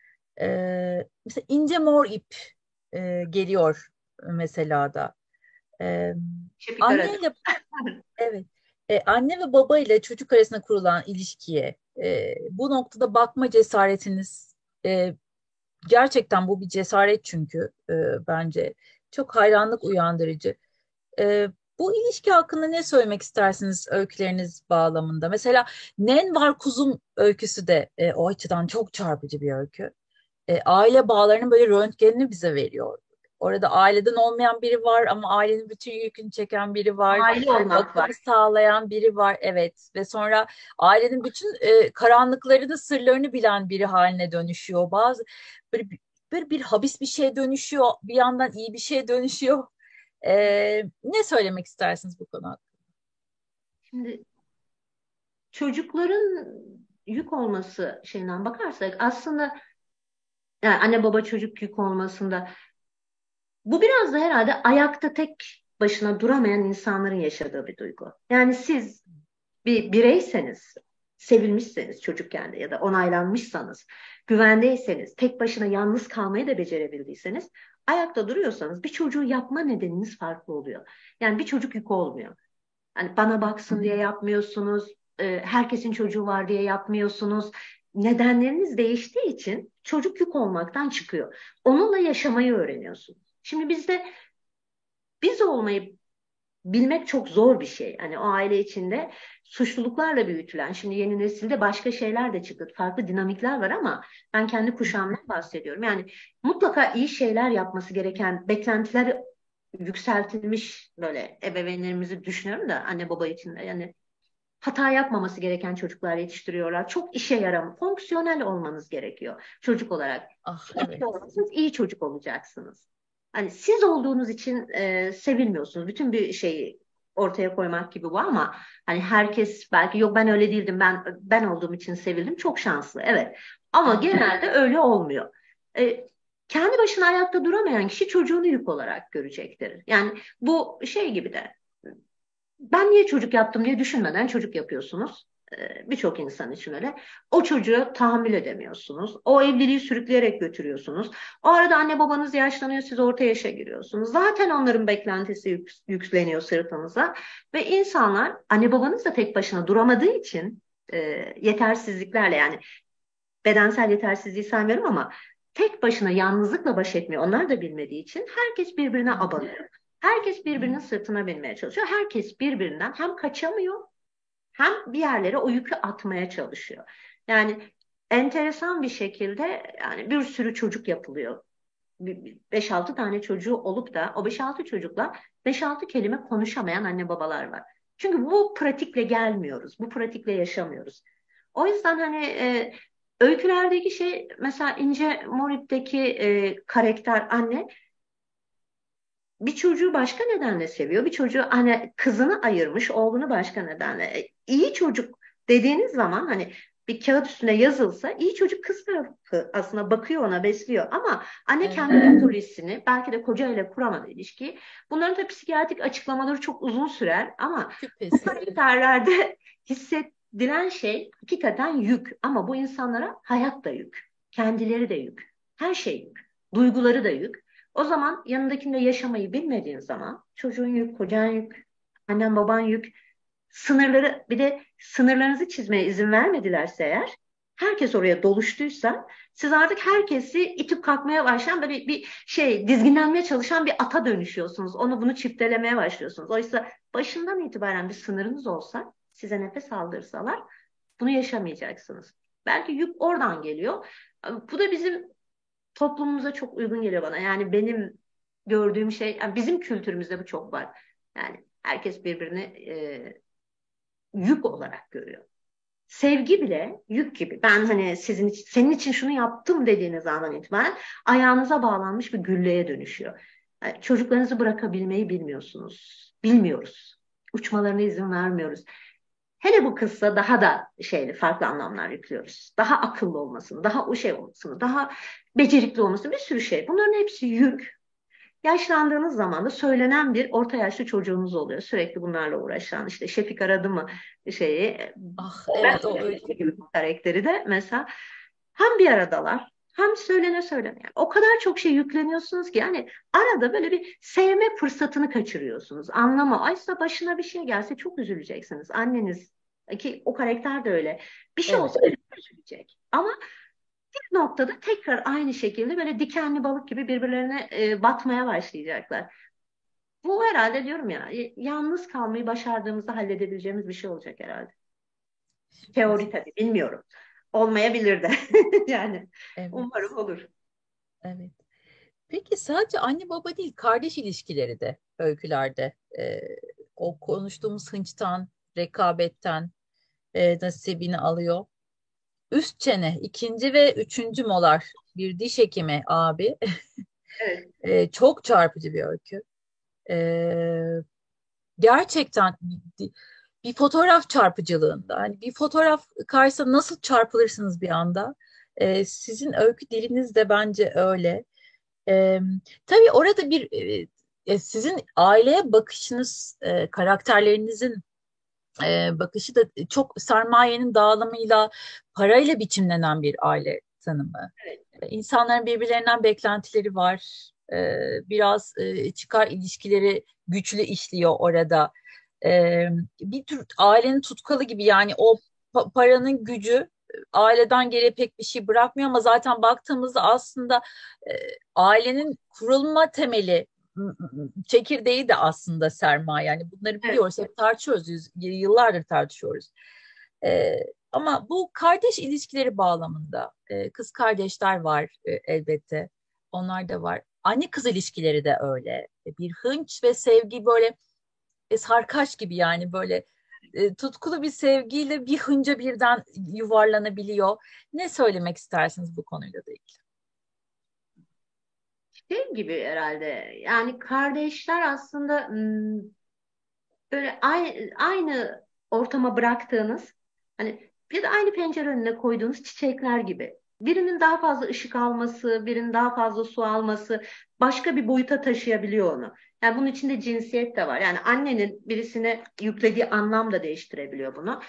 mesela ince mor ip geliyor mesela da. E, Şefik Aradık. anneyle evet anne ve baba ile çocuk arasında kurulan ilişkiye bu noktada bakma cesaretiniz gerçekten bu bir cesaret çünkü bence çok hayranlık uyandırıcı. E, bu ilişki hakkında ne söylemek istersiniz öyküleriniz bağlamında? Mesela Nen Var Kuzum öyküsü de o açıdan çok çarpıcı bir öykü. Aile bağlarının böyle röntgenini bize veriyor. Orada aileden olmayan biri var ama ailenin bütün yükünü çeken biri var. Aile olmak Bakımı var. sağlayan biri var, evet. Ve sonra ailenin bütün karanlıklarını, sırlarını bilen biri haline dönüşüyor. Böyle, böyle bir habis bir şeye dönüşüyor. Bir yandan iyi bir şeye dönüşüyor. Ne söylemek istersiniz bu konu hakkında? Şimdi çocukların yük olması şeyinden bakarsak aslında, yani anne baba çocuk yük olmasında bu biraz da herhalde ayakta tek başına duramayan insanların yaşadığı bir duygu. Yani siz bir bireyseniz, sevilmişseniz çocukken de ya da onaylanmışsanız, güvendeyseniz, tek başına yalnız kalmayı da becerebildiyseniz, ayakta duruyorsanız bir çocuğu yapma nedeniniz farklı oluyor. Yani bir çocuk yük olmuyor. Hani bana baksın diye yapmıyorsunuz, herkesin çocuğu var diye yapmıyorsunuz. Nedenleriniz değiştiği için çocuk yük olmaktan çıkıyor. Onunla yaşamayı öğreniyorsunuz. Şimdi bizde biz olmayı bilmek çok zor bir şey. Hani o aile içinde suçluluklarla büyütülen, şimdi yeni nesilde başka şeyler de çıktı. Farklı dinamikler var ama ben kendi kuşağımdan bahsediyorum. Yani mutlaka iyi şeyler yapması gereken beklentiler yükseltilmiş böyle ebeveynlerimizi düşünüyorum da anne baba için de. Yani hata yapmaması gereken çocuklar yetiştiriyorlar. Çok işe yaramı, fonksiyonel olmanız gerekiyor çocuk olarak. Ah İyi evet. olursanız iyi çocuk olacaksınız. Hani siz olduğunuz için sevilmiyorsunuz. Bütün bir şeyi ortaya koymak gibi bu ama hani herkes belki yok ben öyle değildim, ben olduğum için sevildim. Çok şanslı, evet. Ama Evet. genelde öyle olmuyor. Kendi başına ayakta duramayan kişi çocuğunu yük olarak görecektir. Yani bu şey gibi de, ben niye çocuk yaptım diye düşünmeden çocuk yapıyorsunuz. Birçok insan için öyle. O çocuğu tahammül edemiyorsunuz. O evliliği sürükleyerek götürüyorsunuz. O arada anne babanız yaşlanıyor, siz orta yaşa giriyorsunuz. Zaten onların beklentisi yükleniyor sırtınıza. Ve insanlar, anne babanız da tek başına duramadığı için e, yetersizliklerle, yani bedensel yetersizliği saymıyorum ama tek başına yalnızlıkla baş etmiyor. Onlar da bilmediği için herkes birbirine abanıyor. Herkes birbirinin sırtına binmeye çalışıyor. Herkes birbirinden hem kaçamıyor hem bir yerlere o yükü atmaya çalışıyor. Yani enteresan bir şekilde yani bir sürü çocuk yapılıyor. 5-6 tane çocuğu olup da o 5-6 çocukla 5-6 kelime konuşamayan anne babalar var. Çünkü bu pratikle gelmiyoruz. Bu pratikle yaşamıyoruz. O yüzden hani öykülerdeki şey, mesela İnce Morit'teki karakter anne bir çocuğu başka nedenle seviyor. Bir çocuğu, hani kızını ayırmış, oğlunu başka nedenle. İyi çocuk dediğiniz zaman hani bir kağıt üstüne yazılsa iyi çocuk kız tarafı aslında bakıyor, ona besliyor. Ama anne Evet. kendi otoritesini belki de kocayla kuramadığı ilişki. Bunların da psikiyatrik açıklamaları çok uzun sürer ama bu Şüphesiz. karakterlerde hissedilen şey hakikaten yük. Ama bu insanlara hayat da yük. Kendileri de yük. Her şey yük. Duyguları da yük. O zaman yanındakinde yaşamayı bilmediğin zaman çocuğun yük, kocan yük, annen baban yük. Sınırları, bir de sınırlarınızı çizmeye izin vermedilerse eğer, herkes oraya doluştuysa siz artık herkesi itip kalkmaya başlayan böyle bir şey, dizginlenmeye çalışan bir ata dönüşüyorsunuz. Onu bunu çiftelemeye başlıyorsunuz. Oysa başından itibaren bir sınırınız olsa, size nefes aldırsalar bunu yaşamayacaksınız. Belki yük oradan geliyor. Bu da bizim toplumumuza çok uygun geliyor bana. Yani benim gördüğüm şey, yani bizim kültürümüzde bu çok var. Yani herkes birbirini yük olarak görüyor. Sevgi bile yük gibi. Ben hani senin için şunu yaptım dediğiniz andan itibaren ayağınıza bağlanmış bir gülleye dönüşüyor. Yani çocuklarınızı bırakabilmeyi bilmiyorsunuz. Bilmiyoruz. Uçmalarına izin vermiyoruz. Hele bu kızsa daha da farklı anlamlar yüklüyoruz. Daha akıllı olmasını, daha o şey olmasını, daha becerikli olmasını, bir sürü şey. Bunların hepsi yük. Yaşlandığınız zaman da söylenen bir orta yaşlı çocuğunuz oluyor. Sürekli bunlarla uğraşan, işte Şefik aradı mı şeyi, Ah ben evet, o öyle. gibi karakteri de mesela hem bir aradalar hem söylene. Yani o kadar çok şey yükleniyorsunuz ki yani arada böyle bir sevme fırsatını kaçırıyorsunuz. Anlama. Aysa başına bir şey gelse çok üzüleceksiniz. Anneniz, ki o karakter de öyle. Bir şey Evet. olsa üzülecek. Ama bir noktada tekrar aynı şekilde böyle dikenli balık gibi birbirlerine batmaya başlayacaklar. Bu herhalde diyorum ya, yalnız kalmayı başardığımızda halledebileceğimiz bir şey olacak herhalde. Teori Şüphesiz. tabii, bilmiyorum. Olmayabilir de. Yani Evet. umarım olur. Evet. Peki sadece anne baba değil, kardeş ilişkileri de öykülerde o konuştuğumuz hınçtan, rekabetten nasibini alıyor. Üst çene, ikinci ve üçüncü molar bir diş hekimi abi. Evet, Çok çarpıcı bir öykü. E, Gerçekten bir fotoğraf çarpıcılığında. Hani bir fotoğraf karşısında nasıl çarpılırsınız bir anda? Sizin öykü diliniz de bence öyle. Ee, tabii orada sizin aileye bakışınız, karakterlerinizin bakışı da çok sermayenin dağılımıyla, parayla biçimlenen bir aile tanımı. evet, İnsanların birbirlerinden beklentileri var. Biraz çıkar ilişkileri güçlü işliyor orada. Bir tür ailenin tutkalı gibi, yani o paranın gücü aileden geriye pek bir şey bırakmıyor ama zaten baktığımızda aslında e, ailenin kurulma temeli, çekirdeği de aslında sermaye. Yani bunları evet. biliyoruz, hep tartışıyoruz, yıllardır tartışıyoruz. E, Ama bu kardeş ilişkileri bağlamında kız kardeşler var elbette. Onlar da var. Anne kız ilişkileri de öyle. Bir hınç ve sevgi böyle sarkaç gibi, yani böyle tutkulu bir sevgiyle bir hınca birden yuvarlanabiliyor. Ne söylemek istersiniz bu konuyla da ilgili? Şey gibi herhalde. Yani kardeşler aslında böyle aynı ortama bıraktığınız, hani bir de aynı pencere önüne koyduğunuz çiçekler gibi. Birinin daha fazla ışık alması, birinin daha fazla su alması başka bir boyuta taşıyabiliyor onu. Yani bunun içinde cinsiyet de var. Yani annenin birisine yüklediği anlam da değiştirebiliyor bunu.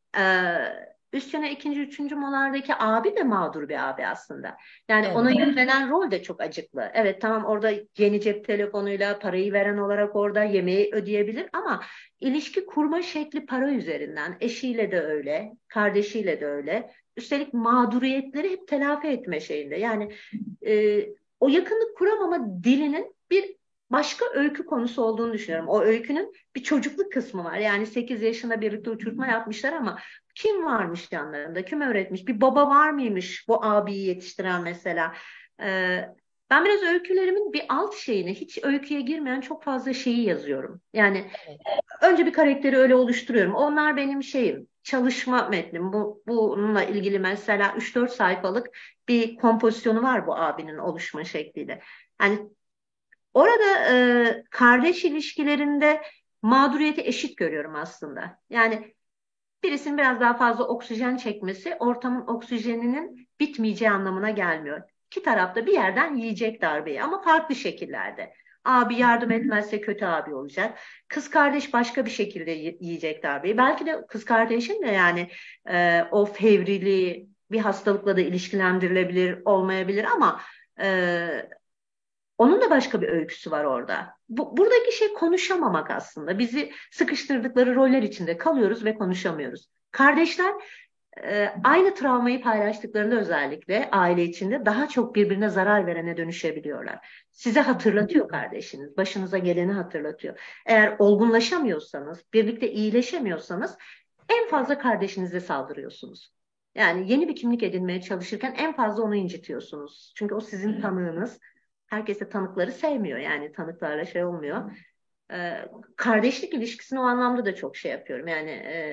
Üstüne ikinci, üçüncü molardaki abi de mağdur bir abi aslında. Yani ona Evet. yüklenen rol de çok acıklı. Evet, tamam, orada yeni cep telefonuyla parayı veren olarak orada yemeği ödeyebilir ama ilişki kurma şekli para üzerinden. Eşiyle de öyle, kardeşiyle de öyle. Üstelik mağduriyetleri hep telafi etme şeyinde. Yani e, o yakınlık kuramama dilinin bir başka öykü konusu olduğunu düşünüyorum. O öykünün bir çocukluk kısmı var. Yani 8 yaşında birlikte uçurtma yapmışlar ama kim varmış yanlarında? Kim öğretmiş? Bir baba var mıymış bu abiyi yetiştiren mesela? Ee, Ben biraz öykülerimin bir alt şeyini, hiç öyküye girmeyen çok fazla şeyi yazıyorum. Yani Evet. önce bir karakteri öyle oluşturuyorum. Onlar benim şeyim, çalışma metnim. Bununla ilgili mesela 3-4 sayfalık bir kompozisyonu var bu abinin oluşma şekliyle. Yani orada kardeş ilişkilerinde mağduriyeti eşit görüyorum aslında. Yani birisinin biraz daha fazla oksijen çekmesi ortamın oksijeninin bitmeyeceği anlamına gelmiyor. İki tarafta bir yerden yiyecek darbeyi ama farklı şekillerde. Abi yardım etmezse kötü abi olacak. Kız kardeş başka bir şekilde yiyecek darbeyi. Belki de kız kardeşin de yani o fevriliği bir hastalıkla da ilişkilendirilebilir, olmayabilir ama e, onun da başka bir öyküsü var orada. Buradaki şey konuşamamak aslında. Bizi sıkıştırdıkları roller içinde kalıyoruz ve konuşamıyoruz. Kardeşler aynı travmayı paylaştıklarında özellikle aile içinde daha çok birbirine zarar verene dönüşebiliyorlar. Size hatırlatıyor kardeşiniz, başınıza geleni hatırlatıyor. Eğer olgunlaşamıyorsanız, birlikte iyileşemiyorsanız en fazla kardeşinize saldırıyorsunuz. Yani yeni bir kimlik edinmeye çalışırken en fazla onu incitiyorsunuz. Çünkü o sizin tanığınız. Herkes de tanıkları sevmiyor. Yani tanıklarla şey olmuyor. Kardeşlik ilişkisini o anlamda da çok şey yapıyorum. Yani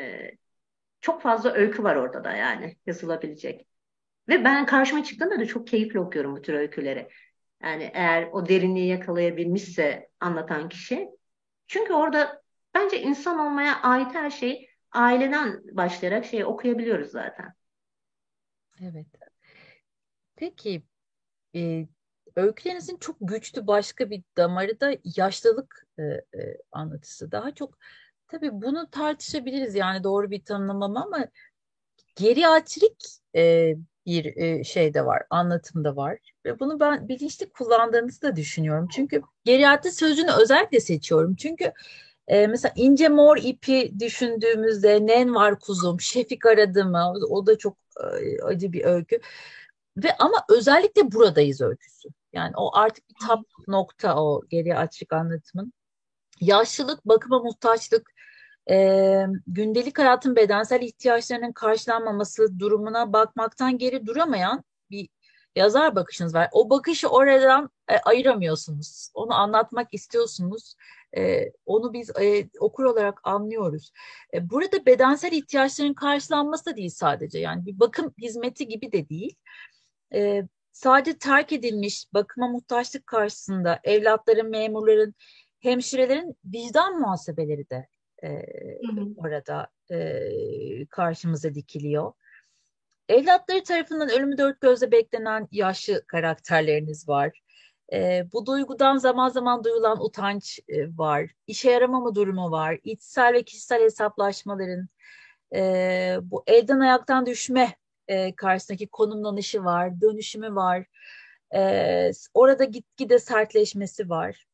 çok fazla öykü var orada da yani yazılabilecek. Ve ben karşıma çıktığında da çok keyifli okuyorum bu tür öyküleri. Yani eğer o derinliği yakalayabilmişse anlatan kişi. Çünkü orada bence insan olmaya ait her şeyi aileden başlayarak şeyi okuyabiliyoruz zaten. Evet. Peki e, öykülerinizin çok güçlü başka bir damarı da yaşlılık anlatısı. Daha çok tabii bunu tartışabiliriz yani doğru bir tanımlama ama geriatrik bir şey de var, anlatımda var. Ve bunu ben bilinçli kullandığınızı da düşünüyorum. Çünkü geriatri sözcüğünü özellikle seçiyorum. Çünkü mesela ince mor ipi düşündüğümüzde nen var kuzum, Şefik aradı mı? O da çok acı bir öykü. Ve ama özellikle buradayız öyküsü. Yani o artık bir tap nokta o geriatrik anlatımın. Yaşlılık, bakıma muhtaçlık, gündelik hayatın bedensel ihtiyaçlarının karşılanmaması durumuna bakmaktan geri duramayan bir yazar bakışınız var. O bakışı oradan ayıramıyorsunuz. Onu anlatmak istiyorsunuz. Onu biz okur olarak anlıyoruz. Burada bedensel ihtiyaçların karşılanması da değil sadece. Yani bir bakım hizmeti gibi de değil. Sadece terk edilmiş bakıma muhtaçlık karşısında evlatların, memurların, hemşirelerin vicdan muhasebeleri de e, Hı hı. orada karşımıza dikiliyor. Evlatları tarafından ölümü dört gözle beklenen yaşlı karakterleriniz var. Bu duygudan zaman zaman duyulan utanç var. İşe yaramama durumu var. İçsel ve kişisel hesaplaşmaların, bu elden ayaktan düşme karşısındaki konumlanışı var, dönüşümü var. Orada gitgide sertleşmesi var.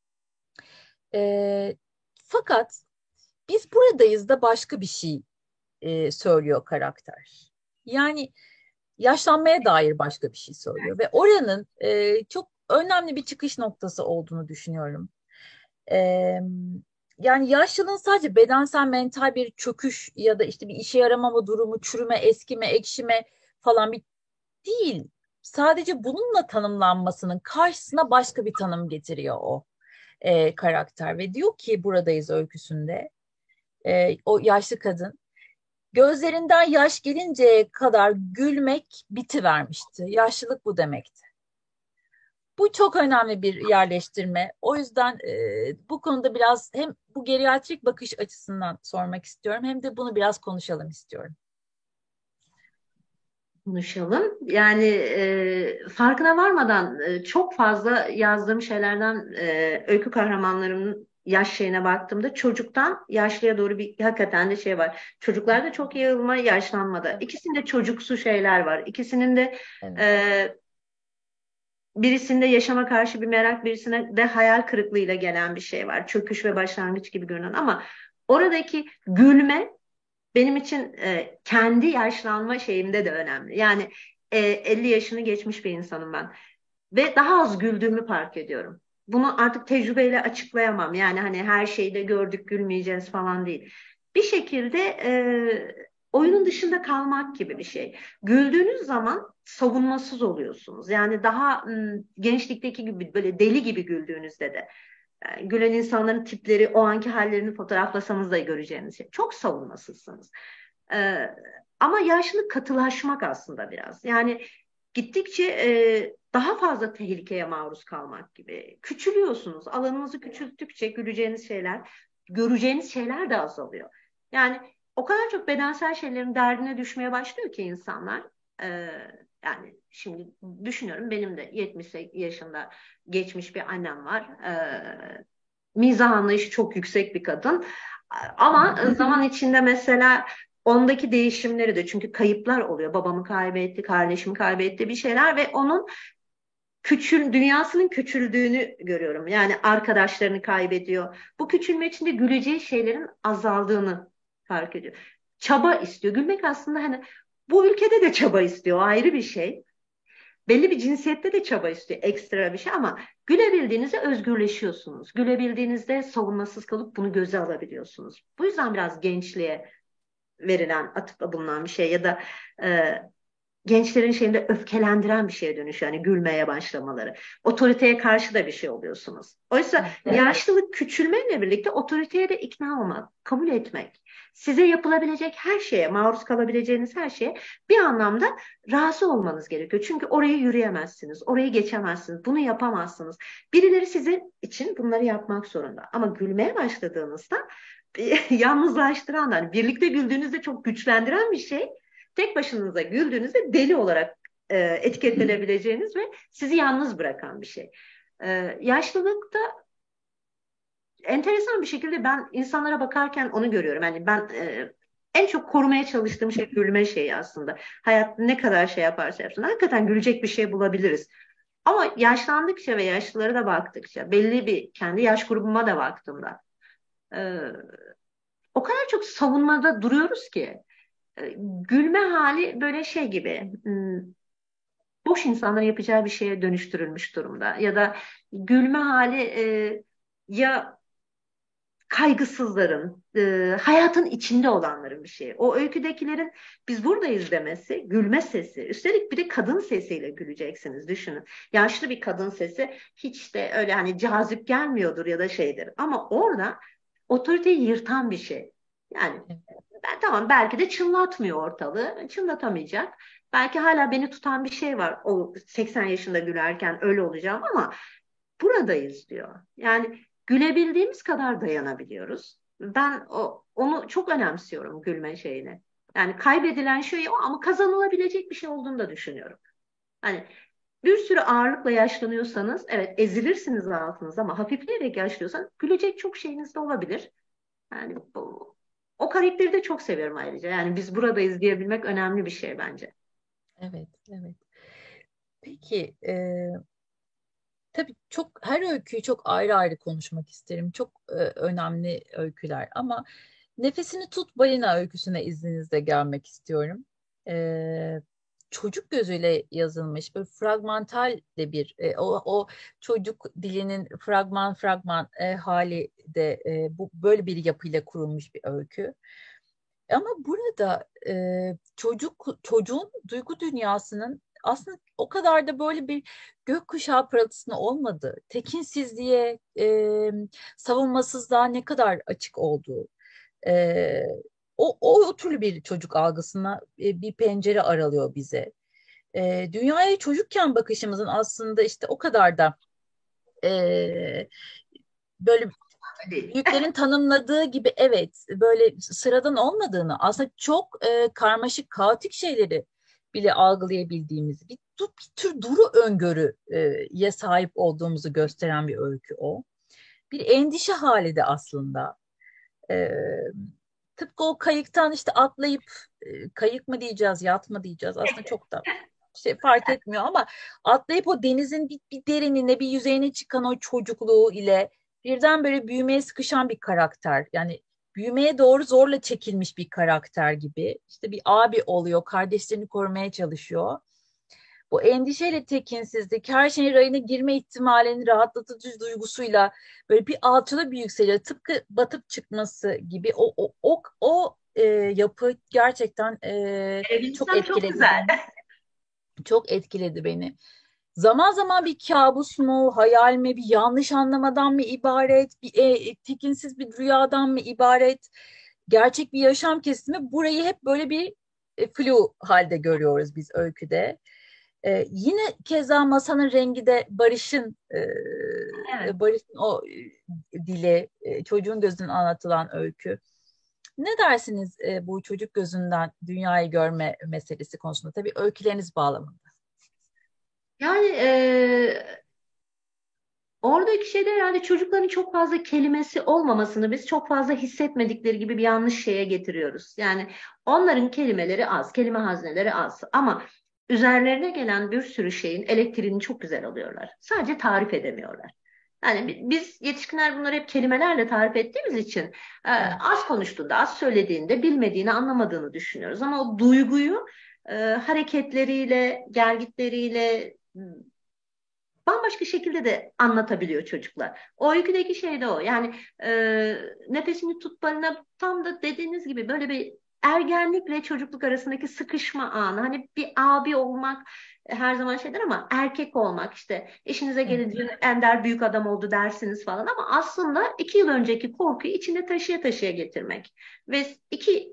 E, Fakat biz buradayız da başka bir şey söylüyor karakter. Yani yaşlanmaya dair başka bir şey söylüyor ve oranın çok önemli bir çıkış noktası olduğunu düşünüyorum. E, Yani yaşlılığın sadece bedensel mental bir çöküş ya da işte bir işe yaramama durumu, çürüme, eskime, ekşime falan bir değil. Sadece bununla tanımlanmasının karşısına başka bir tanım getiriyor o karakter ve diyor ki buradayız öyküsünde o yaşlı kadın gözlerinden yaş gelinceye kadar gülmek bitivermişti. Yaşlılık bu demekti. Bu çok önemli bir yerleştirme. O yüzden bu konuda biraz hem bu geriatrik bakış açısından sormak istiyorum hem de bunu biraz konuşalım istiyorum. Konuşalım. Yani farkına varmadan çok fazla yazdığım şeylerden öykü kahramanlarımın yaş şeyine baktığımda çocuktan yaşlıya doğru bir hakikaten de şey var. Çocuklarda çok yığılma, yaşlanmada. Evet, İkisinde çocuksu şeyler var. İkisinin de evet, e, birisinde yaşama karşı bir merak, birisine de hayal kırıklığıyla gelen bir şey var. Çöküş ve başlangıç gibi görünen ama oradaki gülme benim için kendi yaşlanma şeyimde de önemli. Yani 50 yaşını geçmiş bir insanım ben ve daha az güldüğümü fark ediyorum. Bunu artık tecrübeyle açıklayamam. Yani hani her şeyi de gördük gülmeyeceğiz falan değil. Bir şekilde oyunun dışında kalmak gibi bir şey. Güldüğünüz zaman savunmasız oluyorsunuz. Yani daha gençlikteki gibi böyle deli gibi güldüğünüzde de gülen insanların tipleri, o anki hallerini fotoğraflasanız da göreceğiniz şey. Çok savunmasızsınız. E, Ama yaşlılık katılaşmak aslında biraz. Yani gittikçe daha fazla tehlikeye maruz kalmak gibi. Küçülüyorsunuz. Alanınızı küçülttükçe güleceğiniz şeyler, göreceğiniz şeyler de azalıyor. Yani o kadar çok bedensel şeylerin derdine düşmeye başlıyor ki insanlar. E, Yani şimdi düşünüyorum, benim de 70 yaşında geçmiş bir annem var. Mizah anlayışı çok yüksek bir kadın. Ama zaman içinde mesela ondaki değişimleri de, çünkü kayıplar oluyor. Babamı kaybetti, kardeşimi kaybetti, bir şeyler ve onun dünyasının küçüldüğünü görüyorum. Yani arkadaşlarını kaybediyor. Bu küçülme içinde güleceği şeylerin azaldığını fark ediyor. Çaba istiyor. Gülmek aslında hani bu ülkede de çaba istiyor. Ayrı bir şey. Belli bir cinsiyette de çaba istiyor. Ekstra bir şey ama gülebildiğinizde özgürleşiyorsunuz. Gülebildiğinizde savunmasız kalıp bunu göze alabiliyorsunuz. Bu yüzden biraz gençliğe verilen, atıfta bulunan bir şey ya da e, gençlerin şeyinde öfkelendiren bir şeye dönüşüyor. Yani gülmeye başlamaları. Otoriteye karşı da bir şey oluyorsunuz. Oysa evet. yaşlılık küçülmeyle birlikte otoriteye de ikna olmak, kabul etmek. Size yapılabilecek her şeye, maruz kalabileceğiniz her şeye bir anlamda razı olmanız gerekiyor. Çünkü orayı yürüyemezsiniz, orayı geçemezsiniz, bunu yapamazsınız. Birileri sizin için bunları yapmak zorunda. Ama gülmeye başladığınızda yalnızlaştıran, hani birlikte güldüğünüzde çok güçlendiren bir şey. Tek başınıza güldüğünüzde deli olarak etiketlenebileceğiniz ve sizi yalnız bırakan bir şey. Yaşlılıkta enteresan bir şekilde ben insanlara bakarken onu görüyorum. Yani ben en çok korumaya çalıştığım şey gülme şeyi aslında. Hayat ne kadar şey yaparsa yapsın, hakikaten gülecek bir şey bulabiliriz. Ama yaşlandıkça ve yaşlılara da baktıkça, belli bir kendi yaş grubuma da baktığımda e, o kadar çok savunmada duruyoruz ki gülme hali böyle şey gibi, boş insanların yapacağı bir şeye dönüştürülmüş durumda. Ya da gülme hali ya kaygısızların, hayatın içinde olanların bir şeyi. O öyküdekilerin biz buradayız demesi, gülme sesi. Üstelik bir de kadın sesiyle güleceksiniz, düşünün. Yaşlı bir kadın sesi hiç de öyle hani cazip gelmiyordur ya da şeydir. Ama orada otoriteyi yırtan bir şey. Yani ben tamam, belki de çınlatmıyor ortalığı, çınlatamayacak. Belki hala beni tutan bir şey var. O 80 yaşında gülerken öyle olacağım ama buradayız diyor. Yani gülebildiğimiz kadar dayanabiliyoruz. Ben onu çok önemsiyorum, gülme şeyini. Yani kaybedilen şey o ama kazanılabilecek bir şey olduğunu da düşünüyorum. Hani bir sürü ağırlıkla yaşlanıyorsanız evet ezilirsiniz altınızda ama hafifleyerek yaşlıyorsan gülecek çok şeyiniz de olabilir. Yani o karakteri de çok seviyorum ayrıca. Yani biz buradayız diyebilmek önemli bir şey bence. Evet, evet. Peki, tabii çok her öyküyü çok ayrı ayrı konuşmak isterim. Çok önemli öyküler ama Nefesini Tut Balina öyküsüne izninizle gelmek istiyorum. E, Çocuk gözüyle yazılmış böyle fragmental de bir o çocuk dilinin fragman fragman hali de bu böyle bir yapıyla kurulmuş bir öykü. Ama burada çocuğun duygu dünyasının aslında o kadar da böyle bir gökkuşağı parıltısına olmadığı, tekinsizliğe, savunmasızlığa ne kadar açık olduğu, e, o türlü bir çocuk algısına bir pencere aralıyor bize. Dünyaya çocukken bakışımızın aslında işte o kadar da e, böyle Hadi. büyüklerin tanımladığı gibi evet böyle sıradan olmadığını aslında çok karmaşık kaotik şeyleri bile algılayabildiğimiz bir tür duru öngörüye sahip olduğumuzu gösteren bir öykü o. bir endişe hali de aslında. E, Tıpkı o kayıktan işte atlayıp kayık mı diyeceğiz, yat mı diyeceğiz aslında çok da şey fark etmiyor ama atlayıp o denizin bir derinine, bir yüzeyine çıkan o çocukluğu ile birden böyle büyümeye sıkışan bir karakter. Yani büyümeye doğru zorla çekilmiş bir karakter gibi. İşte bir abi oluyor, kardeşlerini korumaya çalışıyor. Bu endişeyle tekinsizlik, her şeyin rayına girme ihtimalinin rahatlatıcı duygusuyla böyle bir alçala bir yükseliyor. Tıpkı batıp çıkması gibi o yapı gerçekten çok İnsan çok etkiledi güzel. beni. Çok etkiledi beni. Zaman zaman bir kabus mu, hayal mi, bir yanlış anlamadan mı ibaret, bir tekinsiz bir rüyadan mı ibaret, gerçek bir yaşam kesimi burayı hep böyle bir flu halde görüyoruz biz öyküde. Yine keza masanın rengi de Evet. Barış'ın o dili, çocuğun gözünden anlatılan öykü. Ne dersiniz bu çocuk gözünden dünyayı görme meselesi konusunda? Tabii öyküleriniz bağlamında. Yani oradaki şeyde herhalde çocukların çok fazla kelimesi olmamasını biz çok fazla hissetmedikleri gibi bir yanlış şeye getiriyoruz. Yani onların kelimeleri az, kelime hazneleri az ama üzerlerine gelen bir sürü şeyin elektriğini çok güzel alıyorlar. Sadece tarif edemiyorlar. Yani biz yetişkinler bunları hep kelimelerle tarif ettiğimiz için Evet. az konuştuğunda, az söylediğinde bilmediğini, anlamadığını düşünüyoruz. Ama o duyguyu hareketleriyle, gelgitleriyle bambaşka şekilde de anlatabiliyor çocuklar. O öyküdeki şey de o. Yani nefesini tut balına tam da dediğiniz gibi böyle bir ergenlikle çocukluk arasındaki sıkışma anı. Hani bir abi olmak her zaman şeydir ama erkek olmak işte eşinize Evet. gelince ender büyük adam oldu dersiniz falan ama aslında 2 yıl önceki korkuyu içinde taşıya taşıya getirmek ve iki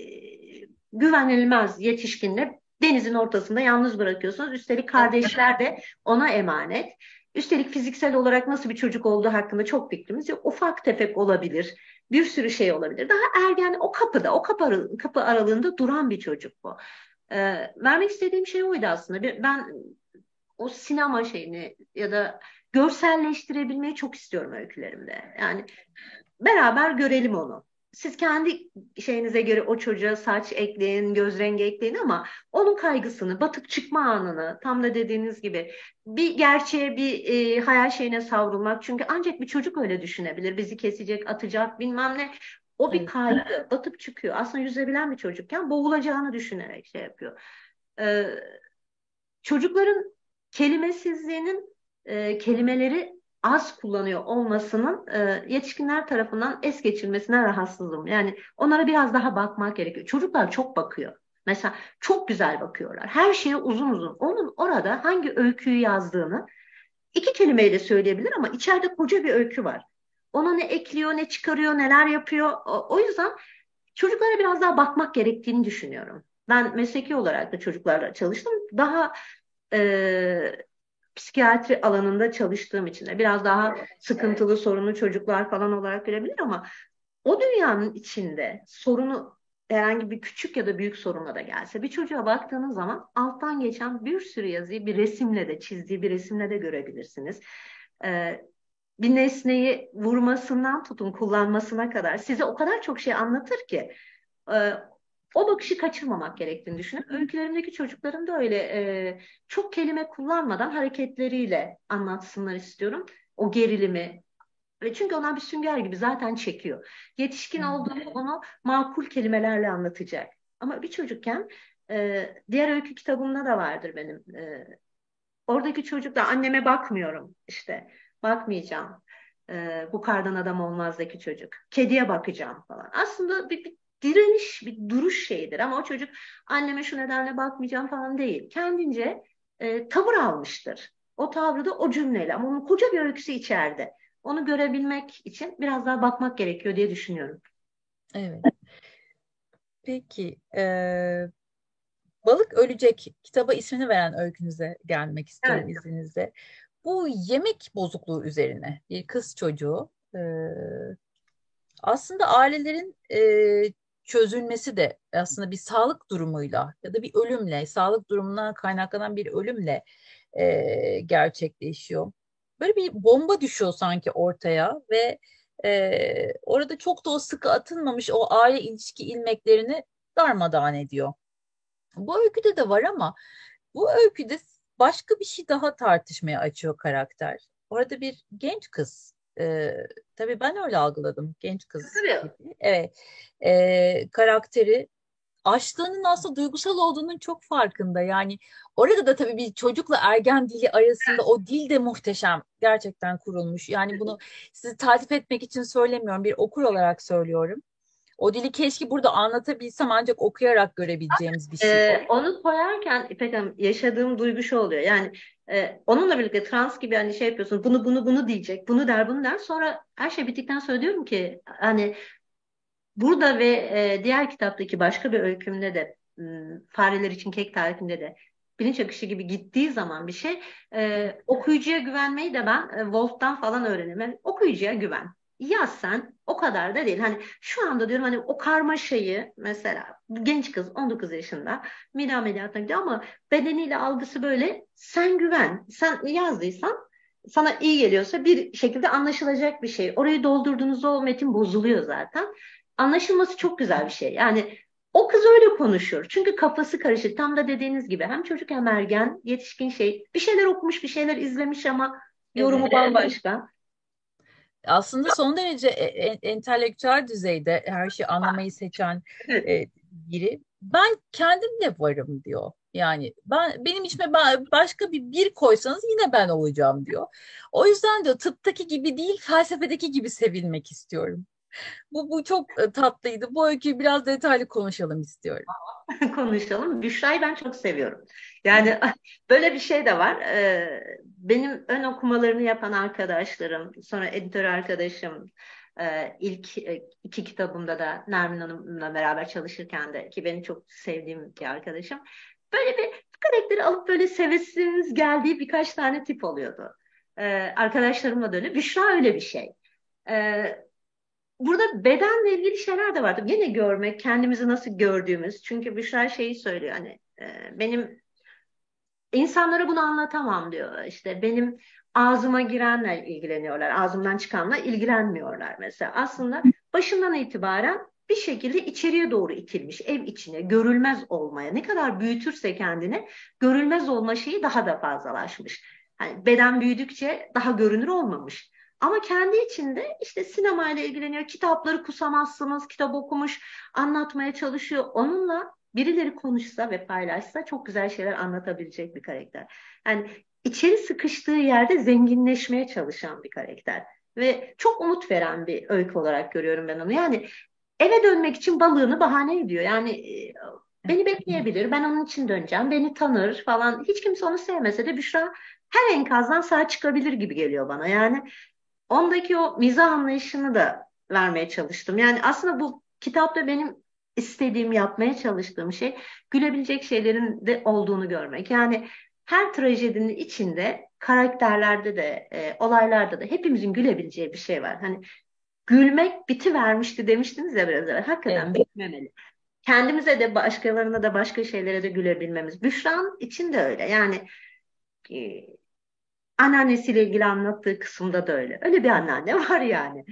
güvenilmez yetişkinle denizin ortasında yalnız bırakıyorsunuz. Üstelik Evet. kardeşler de ona emanet. Üstelik fiziksel olarak nasıl bir çocuk olduğu hakkında çok fikrimiz yok. Ufak tefek olabilir. Bir sürü şey olabilir. Daha ergen o kapıda, kapı aralığında duran bir çocuk bu. Vermek istediğim şey oydu aslında. Ben o sinema şeyini ya da görselleştirebilmeyi çok istiyorum öykülerimde. Yani beraber görelim onu. Siz kendi şeyinize göre o çocuğa saç ekleyin, göz rengi ekleyin ama onun kaygısını, batıp çıkma anını, tam da dediğiniz gibi bir gerçeğe, bir hayal şeyine savrulmak. Çünkü ancak bir çocuk öyle düşünebilir. Bizi kesecek, atacak, bilmem ne. O bir Evet. kaygı, batıp çıkıyor. Aslında yüzebilen bir çocukken boğulacağını düşünerek şey yapıyor. Ee, Çocukların kelimesizliğinin kelimeleri az kullanıyor olmasının yetişkinler tarafından es geçilmesine rahatsızım. Yani onlara biraz daha bakmak gerekiyor. Çocuklar çok bakıyor. Mesela çok güzel bakıyorlar. Her şeye uzun uzun. Onun orada hangi öyküyü yazdığını iki kelimeyle söyleyebilir ama içeride koca bir öykü var. Ona ne ekliyor, ne çıkarıyor, neler yapıyor. O yüzden çocuklara biraz daha bakmak gerektiğini düşünüyorum. Ben mesleki olarak da çocuklarla çalıştım. Daha e, psikiyatri alanında çalıştığım için de biraz daha sıkıntılı sorunlu çocuklar falan olarak görebilir ama o dünyanın içinde sorunu herhangi bir küçük ya da büyük sorunla da gelse bir çocuğa baktığınız zaman alttan geçen bir sürü yazıyı bir resimle de çizdiği bir resimle de görebilirsiniz. Ee, Bir nesneyi vurmasından tutun kullanmasına kadar size o kadar çok şey anlatır ki e, o bakışı kaçırmamak gerektiğini düşünüyorum. Öykülerimdeki çocukların da öyle çok kelime kullanmadan hareketleriyle anlatsınlar istiyorum. O gerilimi. Ve çünkü onlar bir sünger gibi zaten çekiyor. Yetişkin olduğunda onu makul kelimelerle anlatacak. Ama bir çocukken diğer öykü kitabımda da vardır benim. Oradaki çocuk da anneme bakmıyorum işte. Bakmayacağım. Bu kardan adam olmazdaki çocuk. Kediye bakacağım falan. Aslında bir direniş, bir duruş şeyidir. Ama o çocuk anneme şu nedenle bakmayacağım falan değil. Kendince tavır almıştır. O tavrı da o cümleyle ama onun koca bir öyküsü içeride. Onu görebilmek için biraz daha bakmak gerekiyor diye düşünüyorum. Evet. Peki, Balık Ölecek kitaba ismini veren öykünüze gelmek istiyorum Evet. izninizle. Bu yemek bozukluğu üzerine bir kız çocuğu. Aslında ailelerin çözülmesi de aslında bir sağlık durumuyla ya da bir ölümle, sağlık durumundan kaynaklanan bir ölümle gerçekleşiyor. böyle bir bomba düşüyor sanki ortaya ve orada çok da o sıkı atılmamış o aile ilişki ilmeklerini darmadağın ediyor. Bu öyküde de var ama bu öyküde başka bir şey daha tartışmaya açıyor karakter. Orada bir genç kız, tabii ben öyle algıladım, genç kız Tabii. gibi. Evet, karakteri açlığının aslında duygusal olduğunun çok farkında. Yani orada da tabii bir çocukla ergen dili arasında o dil de muhteşem. Gerçekten kurulmuş. Yani bunu sizi taltif etmek için söylemiyorum. Bir okur olarak söylüyorum. O dili keşke burada anlatabilsem, ancak okuyarak görebileceğimiz bir şey o. Onu koyarken İpek Hanım yaşadığım duygu şu oluyor. Yani onunla birlikte trans gibi hani şey yapıyorsun. Bunu diyecek. Bunu der, bunu der. Sonra her şey bittikten sonra diyorum ki hani burada ve diğer kitaptaki başka bir öykümde de Fareler için Kek tarifinde de bilinç akışı gibi gittiği zaman bir şey okuyucuya güvenmeyi de ben Wolf'tan falan öğrendim. Yani okuyucuya güven. Yaz sen o kadar da değil. Hani şu anda diyorum hani o karmaşayı mesela bu genç kız 19 yaşında mide ameliyatına gidiyor ama bedeniyle algısı böyle sen güven. Sen yazdıysan sana iyi geliyorsa bir şekilde anlaşılacak bir şey. Orayı doldurduğunuzda o metin bozuluyor zaten. Anlaşılması çok güzel bir şey. Yani o kız öyle konuşuyor. Çünkü kafası karışık. Tam da dediğiniz gibi hem çocuk hem ergen, yetişkin şey. Bir şeyler okumuş, bir şeyler izlemiş ama yorumu Evet. bambaşka. Aslında son derece entelektüel düzeyde her şeyi anlamayı seçen Evet. biri. Ben kendim de varım diyor. Yani benim içime başka bir koysanız yine ben olacağım diyor. O yüzden de tıptaki gibi değil, felsefedeki gibi sevilmek istiyorum. Bu çok tatlıydı. Bu öyküyü biraz detaylı konuşalım istiyorum. Konuşalım. Büşra'yı ben çok seviyorum. Yani böyle bir şey de var. Benim ön okumalarını yapan arkadaşlarım, sonra editör arkadaşım, ilk iki kitabımda da Nermin Hanım'la beraber çalışırken de ki benim çok sevdiğim bir arkadaşım. Böyle bir karakteri alıp böyle sevesimiz geldiği birkaç tane tip oluyordu. Arkadaşlarımla da öyle. Büşra öyle bir şey. Burada bedenle ilgili şeyler de vardı. Yine görmek, kendimizi nasıl gördüğümüz. Çünkü Büşra şeyi söylüyor hani benim insanlara bunu anlatamam diyor. İşte benim ağzıma girenle ilgileniyorlar. Ağzımdan çıkanla ilgilenmiyorlar mesela. Aslında başından itibaren bir şekilde içeriye doğru itilmiş, ev içine, görülmez olmaya. Ne kadar büyütürse kendini, görülmez olma şeyi daha da fazlalaşmış. Hani beden büyüdükçe daha görünür olmamış. Ama kendi içinde işte sinemayla ilgileniyor. Kitapları kusamazsınız, kitap okumuş, anlatmaya çalışıyor. Onunla birileri konuşsa ve paylaşsa çok güzel şeyler anlatabilecek bir karakter. Yani içeri sıkıştığı yerde zenginleşmeye çalışan bir karakter. Ve çok umut veren bir öykü olarak görüyorum ben onu. Yani eve dönmek için balığını bahane ediyor. Yani beni bekleyebilir, ben onun için döneceğim, beni tanır falan. Hiç kimse onu sevmese de Büşra her enkazdan sağ çıkabilir gibi geliyor bana. Yani ondaki o mizah anlayışını da vermeye çalıştım. Yani aslında bu kitapta benim istediğim, yapmaya çalıştığım şey gülebilecek şeylerin de olduğunu görmek. Yani her trajedinin içinde, karakterlerde de, olaylarda da hepimizin gülebileceği bir şey var. Hani gülmek bitivermişti demiştiniz ya biraz evvel. Hakikaten Evet. bitmemeli. Kendimize de başkalarına da başka şeylere de gülebilmemiz. Büşra'nın için de öyle. Yani e, anneannesiyle ilgili anlattığı kısımda da öyle. Öyle bir anneanne var yani.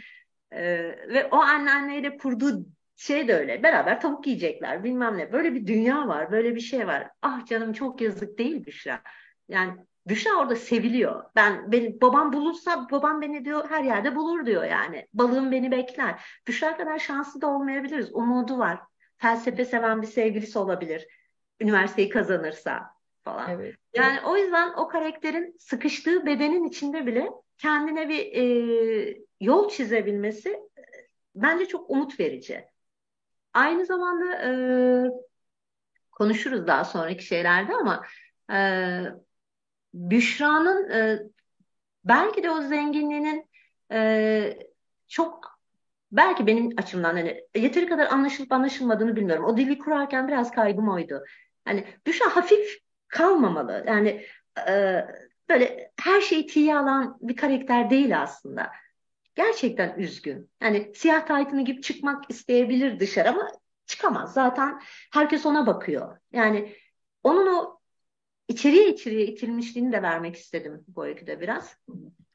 Ve o anneanneyle kurduğu şey de öyle. Beraber tavuk yiyecekler bilmem ne. Böyle bir dünya var. Böyle bir şey var. Ah canım çok yazık değil Büşra. Yani Büşra orada seviliyor. Babam bulursa babam beni diyor her yerde bulur diyor yani. Balığım beni bekler. Büşra kadar şanslı da olmayabiliriz. Umudu var. Felsefe seven bir sevgilisi olabilir. Üniversiteyi kazanırsa falan. Evet. Yani o yüzden o karakterin sıkıştığı bedenin içinde bile kendine bir yol çizebilmesi bence çok umut verici. Aynı zamanda konuşuruz daha sonraki şeylerde ama e, Büşra'nın belki de o zenginliğinin e, çok belki benim açımdan hani yeteri kadar anlaşılıp anlaşılmadığını bilmiyorum. O dili kurarken biraz kaygım oydu. Hani Büşra hafif kalmamalı. Yani e, böyle her şeyi tiye alan bir karakter değil aslında. Gerçekten üzgün. Yani siyah taytını gibi çıkmak isteyebilir dışarı ama çıkamaz. Zaten herkes ona bakıyor. Yani onun o içeriye itilmişliğini de vermek istedim bu öyküde biraz.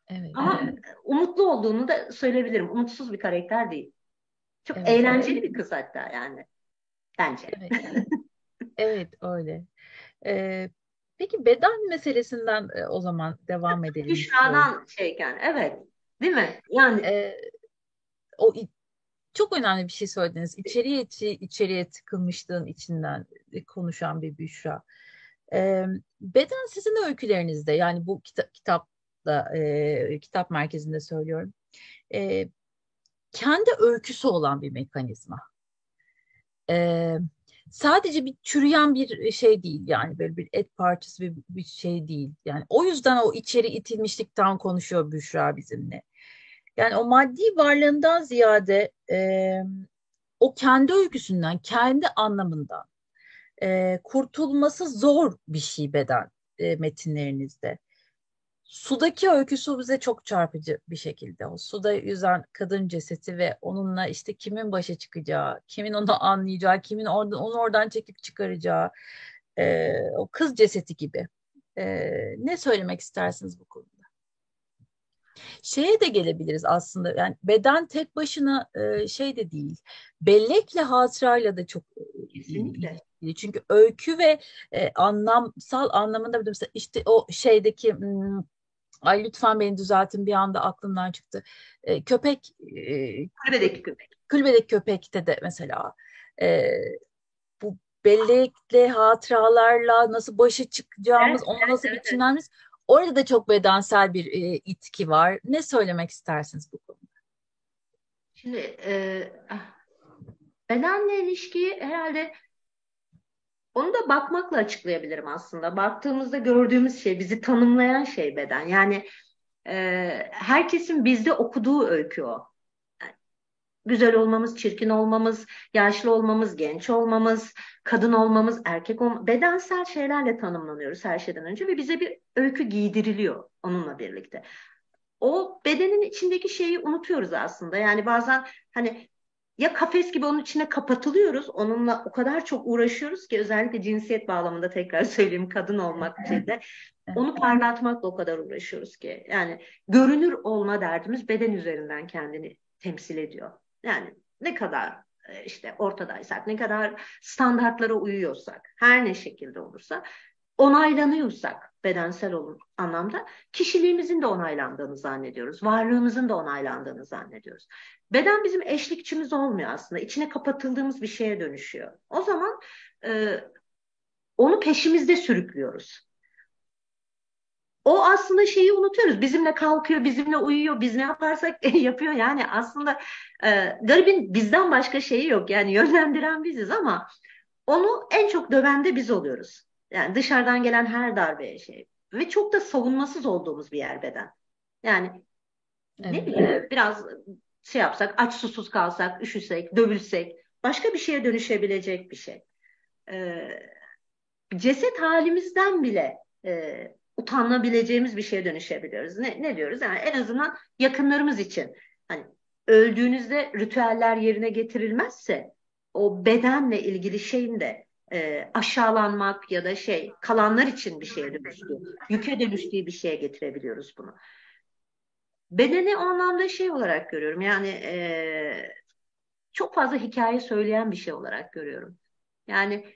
Evet, Ama umutlu olduğunu da söyleyebilirim. Umutsuz bir karakter değil. Çok evet, eğlenceli bir kız hatta yani bence. evet, evet öyle. Ee, peki beden meselesinden o zaman devam edelim istiyorum. Büşra'dan şeyken evet değil mi? Yani Ee, o çok önemli bir şey söylediniz. İçeriye tıkılmışlığın içinden konuşan bir Büşra. Ee, beden sizin öykülerinizde, yani bu kitapta, kitap merkezinde söylüyorum. Ee, kendi öyküsü olan bir mekanizma. Ee, sadece bir çürüyen bir şey değil, yani böyle bir et parçası bir şey değil. Yani o yüzden o içeri itilmişlikten konuşuyor Büşra bizimle. Yani o maddi varlığından ziyade o kendi öyküsünden, kendi anlamından kurtulması zor bir şey beden metinlerinizde. Sudaki öyküsü bize çok çarpıcı bir şekilde. O suda yüzen kadın cesedi ve onunla işte kimin başa çıkacağı, kimin onu anlayacağı, kimin onu oradan çekip çıkaracağı, o kız cesedi gibi. Ne söylemek istersiniz bu konuda? Şeye de gelebiliriz aslında. Yani beden tek başına şey de değil. Bellekle hatırayla da çok kesinlikle. ilişkili. Çünkü öykü ve anlamsal anlamında mesela işte o şeydeki ay lütfen beni düzeltin, bir anda aklımdan çıktı. Köpek Kulübedeki köpek. Kulübedeki köpekte de mesela e, bu bellekle, hatıralarla nasıl başa çıkacağımız, Evet, onu evet, nasıl evet, evet. biçimlerimiz, orada da çok bedensel bir itki var. Ne söylemek istersiniz bu konuda? Şimdi bedenle ilişkiyi herhalde onu da bakmakla açıklayabilirim aslında. Baktığımızda gördüğümüz şey, bizi tanımlayan şey beden. Yani herkesin bizde okuduğu öykü o. Güzel olmamız, çirkin olmamız, yaşlı olmamız, genç olmamız, kadın olmamız, erkek olmamız, bedensel şeylerle tanımlanıyoruz her şeyden önce ve bize bir öykü giydiriliyor onunla birlikte. O bedenin içindeki şeyi unutuyoruz aslında. Yani bazen hani ya kafes gibi onun içine kapatılıyoruz. Onunla o kadar çok uğraşıyoruz ki özellikle cinsiyet bağlamında tekrar söyleyeyim kadın olmak şeyde Evet, onu parlatmakla o kadar uğraşıyoruz ki. Yani görünür olma derdimiz beden üzerinden kendini temsil ediyor. Yani ne kadar işte ortadaysak, ne kadar standartlara uyuyorsak, her ne şekilde olursa onaylanıyorsak bedensel anlamda kişiliğimizin de onaylandığını zannediyoruz. Varlığımızın da onaylandığını zannediyoruz. Beden bizim eşlikçimiz olmuyor aslında. İçine kapatıldığımız bir şeye dönüşüyor. O zaman e, onu peşimizde sürüklüyoruz. O aslında şeyi unutuyoruz. Bizimle kalkıyor, bizimle uyuyor, biz ne yaparsak yapıyor. Yani aslında garibin bizden başka şeyi yok. Yani yönlendiren biziz ama onu en çok döven de biz oluyoruz. Yani dışarıdan gelen her darbeye şey. Ve çok da savunmasız olduğumuz bir yer beden. Yani ne evet, bileyim biraz şey yapsak, aç susuz kalsak, üşüsek, dövülsek başka bir şeye dönüşebilecek bir şey. Ee, ceset halimizden bile utanabileceğimiz bir şeye dönüşebiliyoruz. Ne diyoruz? Yani en azından yakınlarımız için. Hani öldüğünüzde ritüeller yerine getirilmezse o bedenle ilgili şeyin de aşağılanmak ya da şey kalanlar için bir şeye dönüştüğü, yüke dönüştüğü bir şeye getirebiliyoruz bunu. Bedeni o anlamda şey olarak görüyorum. Yani çok fazla hikaye söyleyen bir şey olarak görüyorum. Yani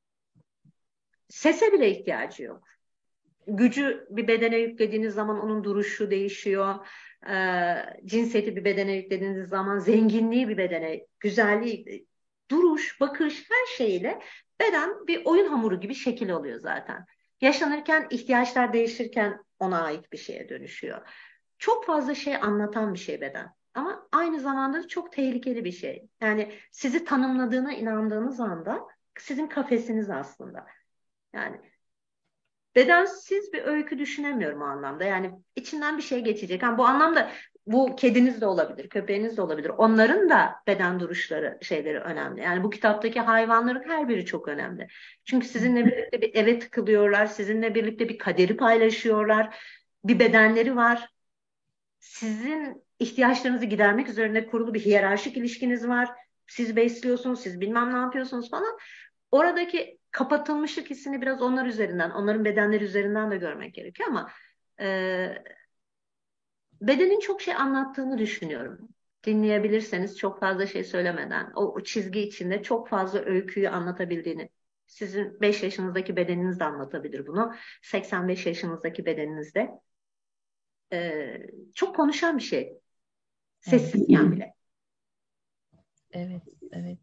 sese bile ihtiyacı yok. Gücü bir bedene yüklediğiniz zaman onun duruşu değişiyor. Cinsiyeti bir bedene yüklediğiniz zaman zenginliği bir bedene, güzelliği, duruş, bakış her şeyiyle beden bir oyun hamuru gibi şekil alıyor zaten. Yaşanırken ihtiyaçlar değişirken ona ait bir şeye dönüşüyor. Çok fazla şey anlatan bir şey beden. Ama aynı zamanda da çok tehlikeli bir şey. Yani sizi tanımladığına inandığınız anda sizin kafesiniz aslında. Yani bedensiz bir öykü düşünemiyorum o anlamda. Yani içinden bir şey geçecek. Yani bu anlamda bu kediniz de olabilir, köpeğiniz de olabilir. Onların da beden duruşları, şeyleri önemli. Yani bu kitaptaki hayvanların her biri çok önemli. Çünkü sizinle birlikte bir eve tıkılıyorlar, sizinle birlikte bir kaderi paylaşıyorlar, bir bedenleri var. Sizin ihtiyaçlarınızı gidermek üzerine kurulu bir hiyerarşik ilişkiniz var. Siz besliyorsunuz, siz bilmem ne yapıyorsunuz falan. Oradaki kapatılmışlık hissini biraz onlar üzerinden, onların bedenleri üzerinden de görmek gerekiyor ama e, bedenin çok şey anlattığını düşünüyorum. Dinleyebilirseniz çok fazla şey söylemeden o çizgi içinde çok fazla öyküyü anlatabildiğini. Sizin 5 yaşınızdaki bedeniniz de anlatabilir bunu. 85 yaşınızdaki bedeniniz de. Çok konuşan bir şey. Evet, Sessizken bile. evet, evet.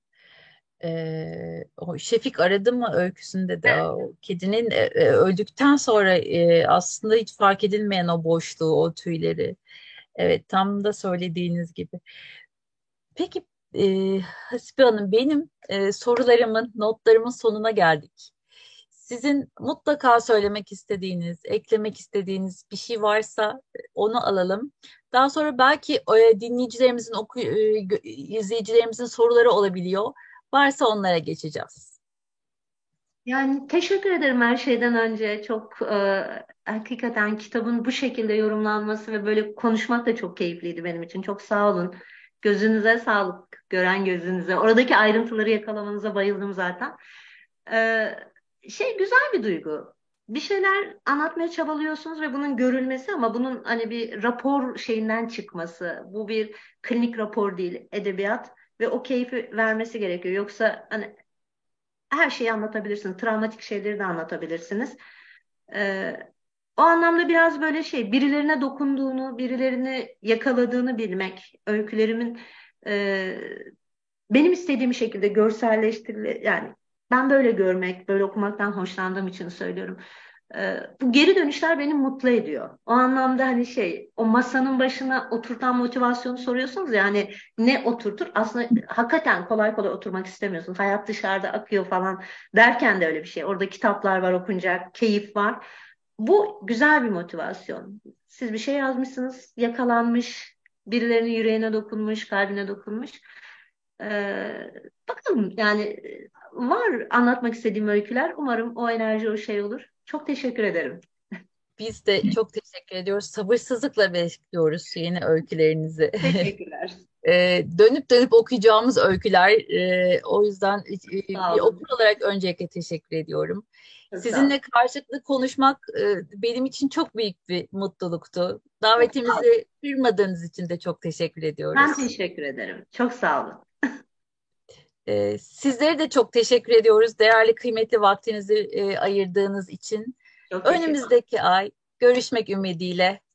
O Şefik aradı mı öyküsünde de o kedinin öldükten sonra aslında hiç fark edilmeyen o boşluğu, o tüyleri. Evet, tam da söylediğiniz gibi. Peki Hasibe Hanım, benim sorularımın, notlarımın sonuna geldik. Sizin mutlaka söylemek istediğiniz, eklemek istediğiniz bir şey varsa onu alalım. Daha sonra belki dinleyicilerimizin, izleyicilerimizin soruları olabiliyor. Varsa onlara geçeceğiz. Yani teşekkür ederim her şeyden önce. Çok hakikaten kitabın bu şekilde yorumlanması ve böyle konuşmak da çok keyifliydi benim için. Çok sağ olun. Gözünüze sağlık, gören gözünüze. Oradaki ayrıntıları yakalamanıza bayıldım zaten. E, güzel bir duygu. Bir şeyler anlatmaya çabalıyorsunuz ve bunun görülmesi ama bunun hani bir rapor şeyinden çıkması. Bu bir klinik rapor değil, edebiyat ve o keyfi vermesi gerekiyor. Yoksa hani her şeyi anlatabilirsiniz. Travmatik şeyleri de anlatabilirsiniz. Ee, O anlamda biraz böyle birilerine dokunduğunu, birilerini yakaladığını bilmek, öykülerimin e, benim istediğim şekilde yani ben böyle görmek, böyle okumaktan hoşlandığım için söylüyorum. Bu geri dönüşler beni mutlu ediyor. O anlamda hani o masanın başına oturtan motivasyonu soruyorsunuz ya hani ne oturtur? Aslında hakikaten kolay kolay oturmak istemiyorsun. Hayat dışarıda akıyor falan derken de öyle bir şey. Orada kitaplar var okunacak, keyif var. Bu güzel bir motivasyon. Siz bir şey yazmışsınız, yakalanmış, birilerinin yüreğine dokunmuş, kalbine dokunmuş. Bakalım yani var anlatmak istediğim öyküler. Umarım o enerji o şey olur. Çok teşekkür ederim. Biz de çok teşekkür ediyoruz. Sabırsızlıkla bekliyoruz yeni öykülerinizi. Teşekkürler. Dönüp dönüp okuyacağımız öyküler. O yüzden Sağ bir olun. okur olarak öncelikle teşekkür ediyorum. Çok sağ olun. Sizinle karşılıklı konuşmak benim için çok büyük bir mutluluktu. Çok sağ olun. Davetimizi kırmadığınız için de çok teşekkür Ben ediyoruz. teşekkür ederim. Çok sağ olun. Sizlere de çok teşekkür ediyoruz. Değerli, kıymetli vaktinizi ayırdığınız için. Çok teşekkür Önümüzdeki ay görüşmek ümidiyle.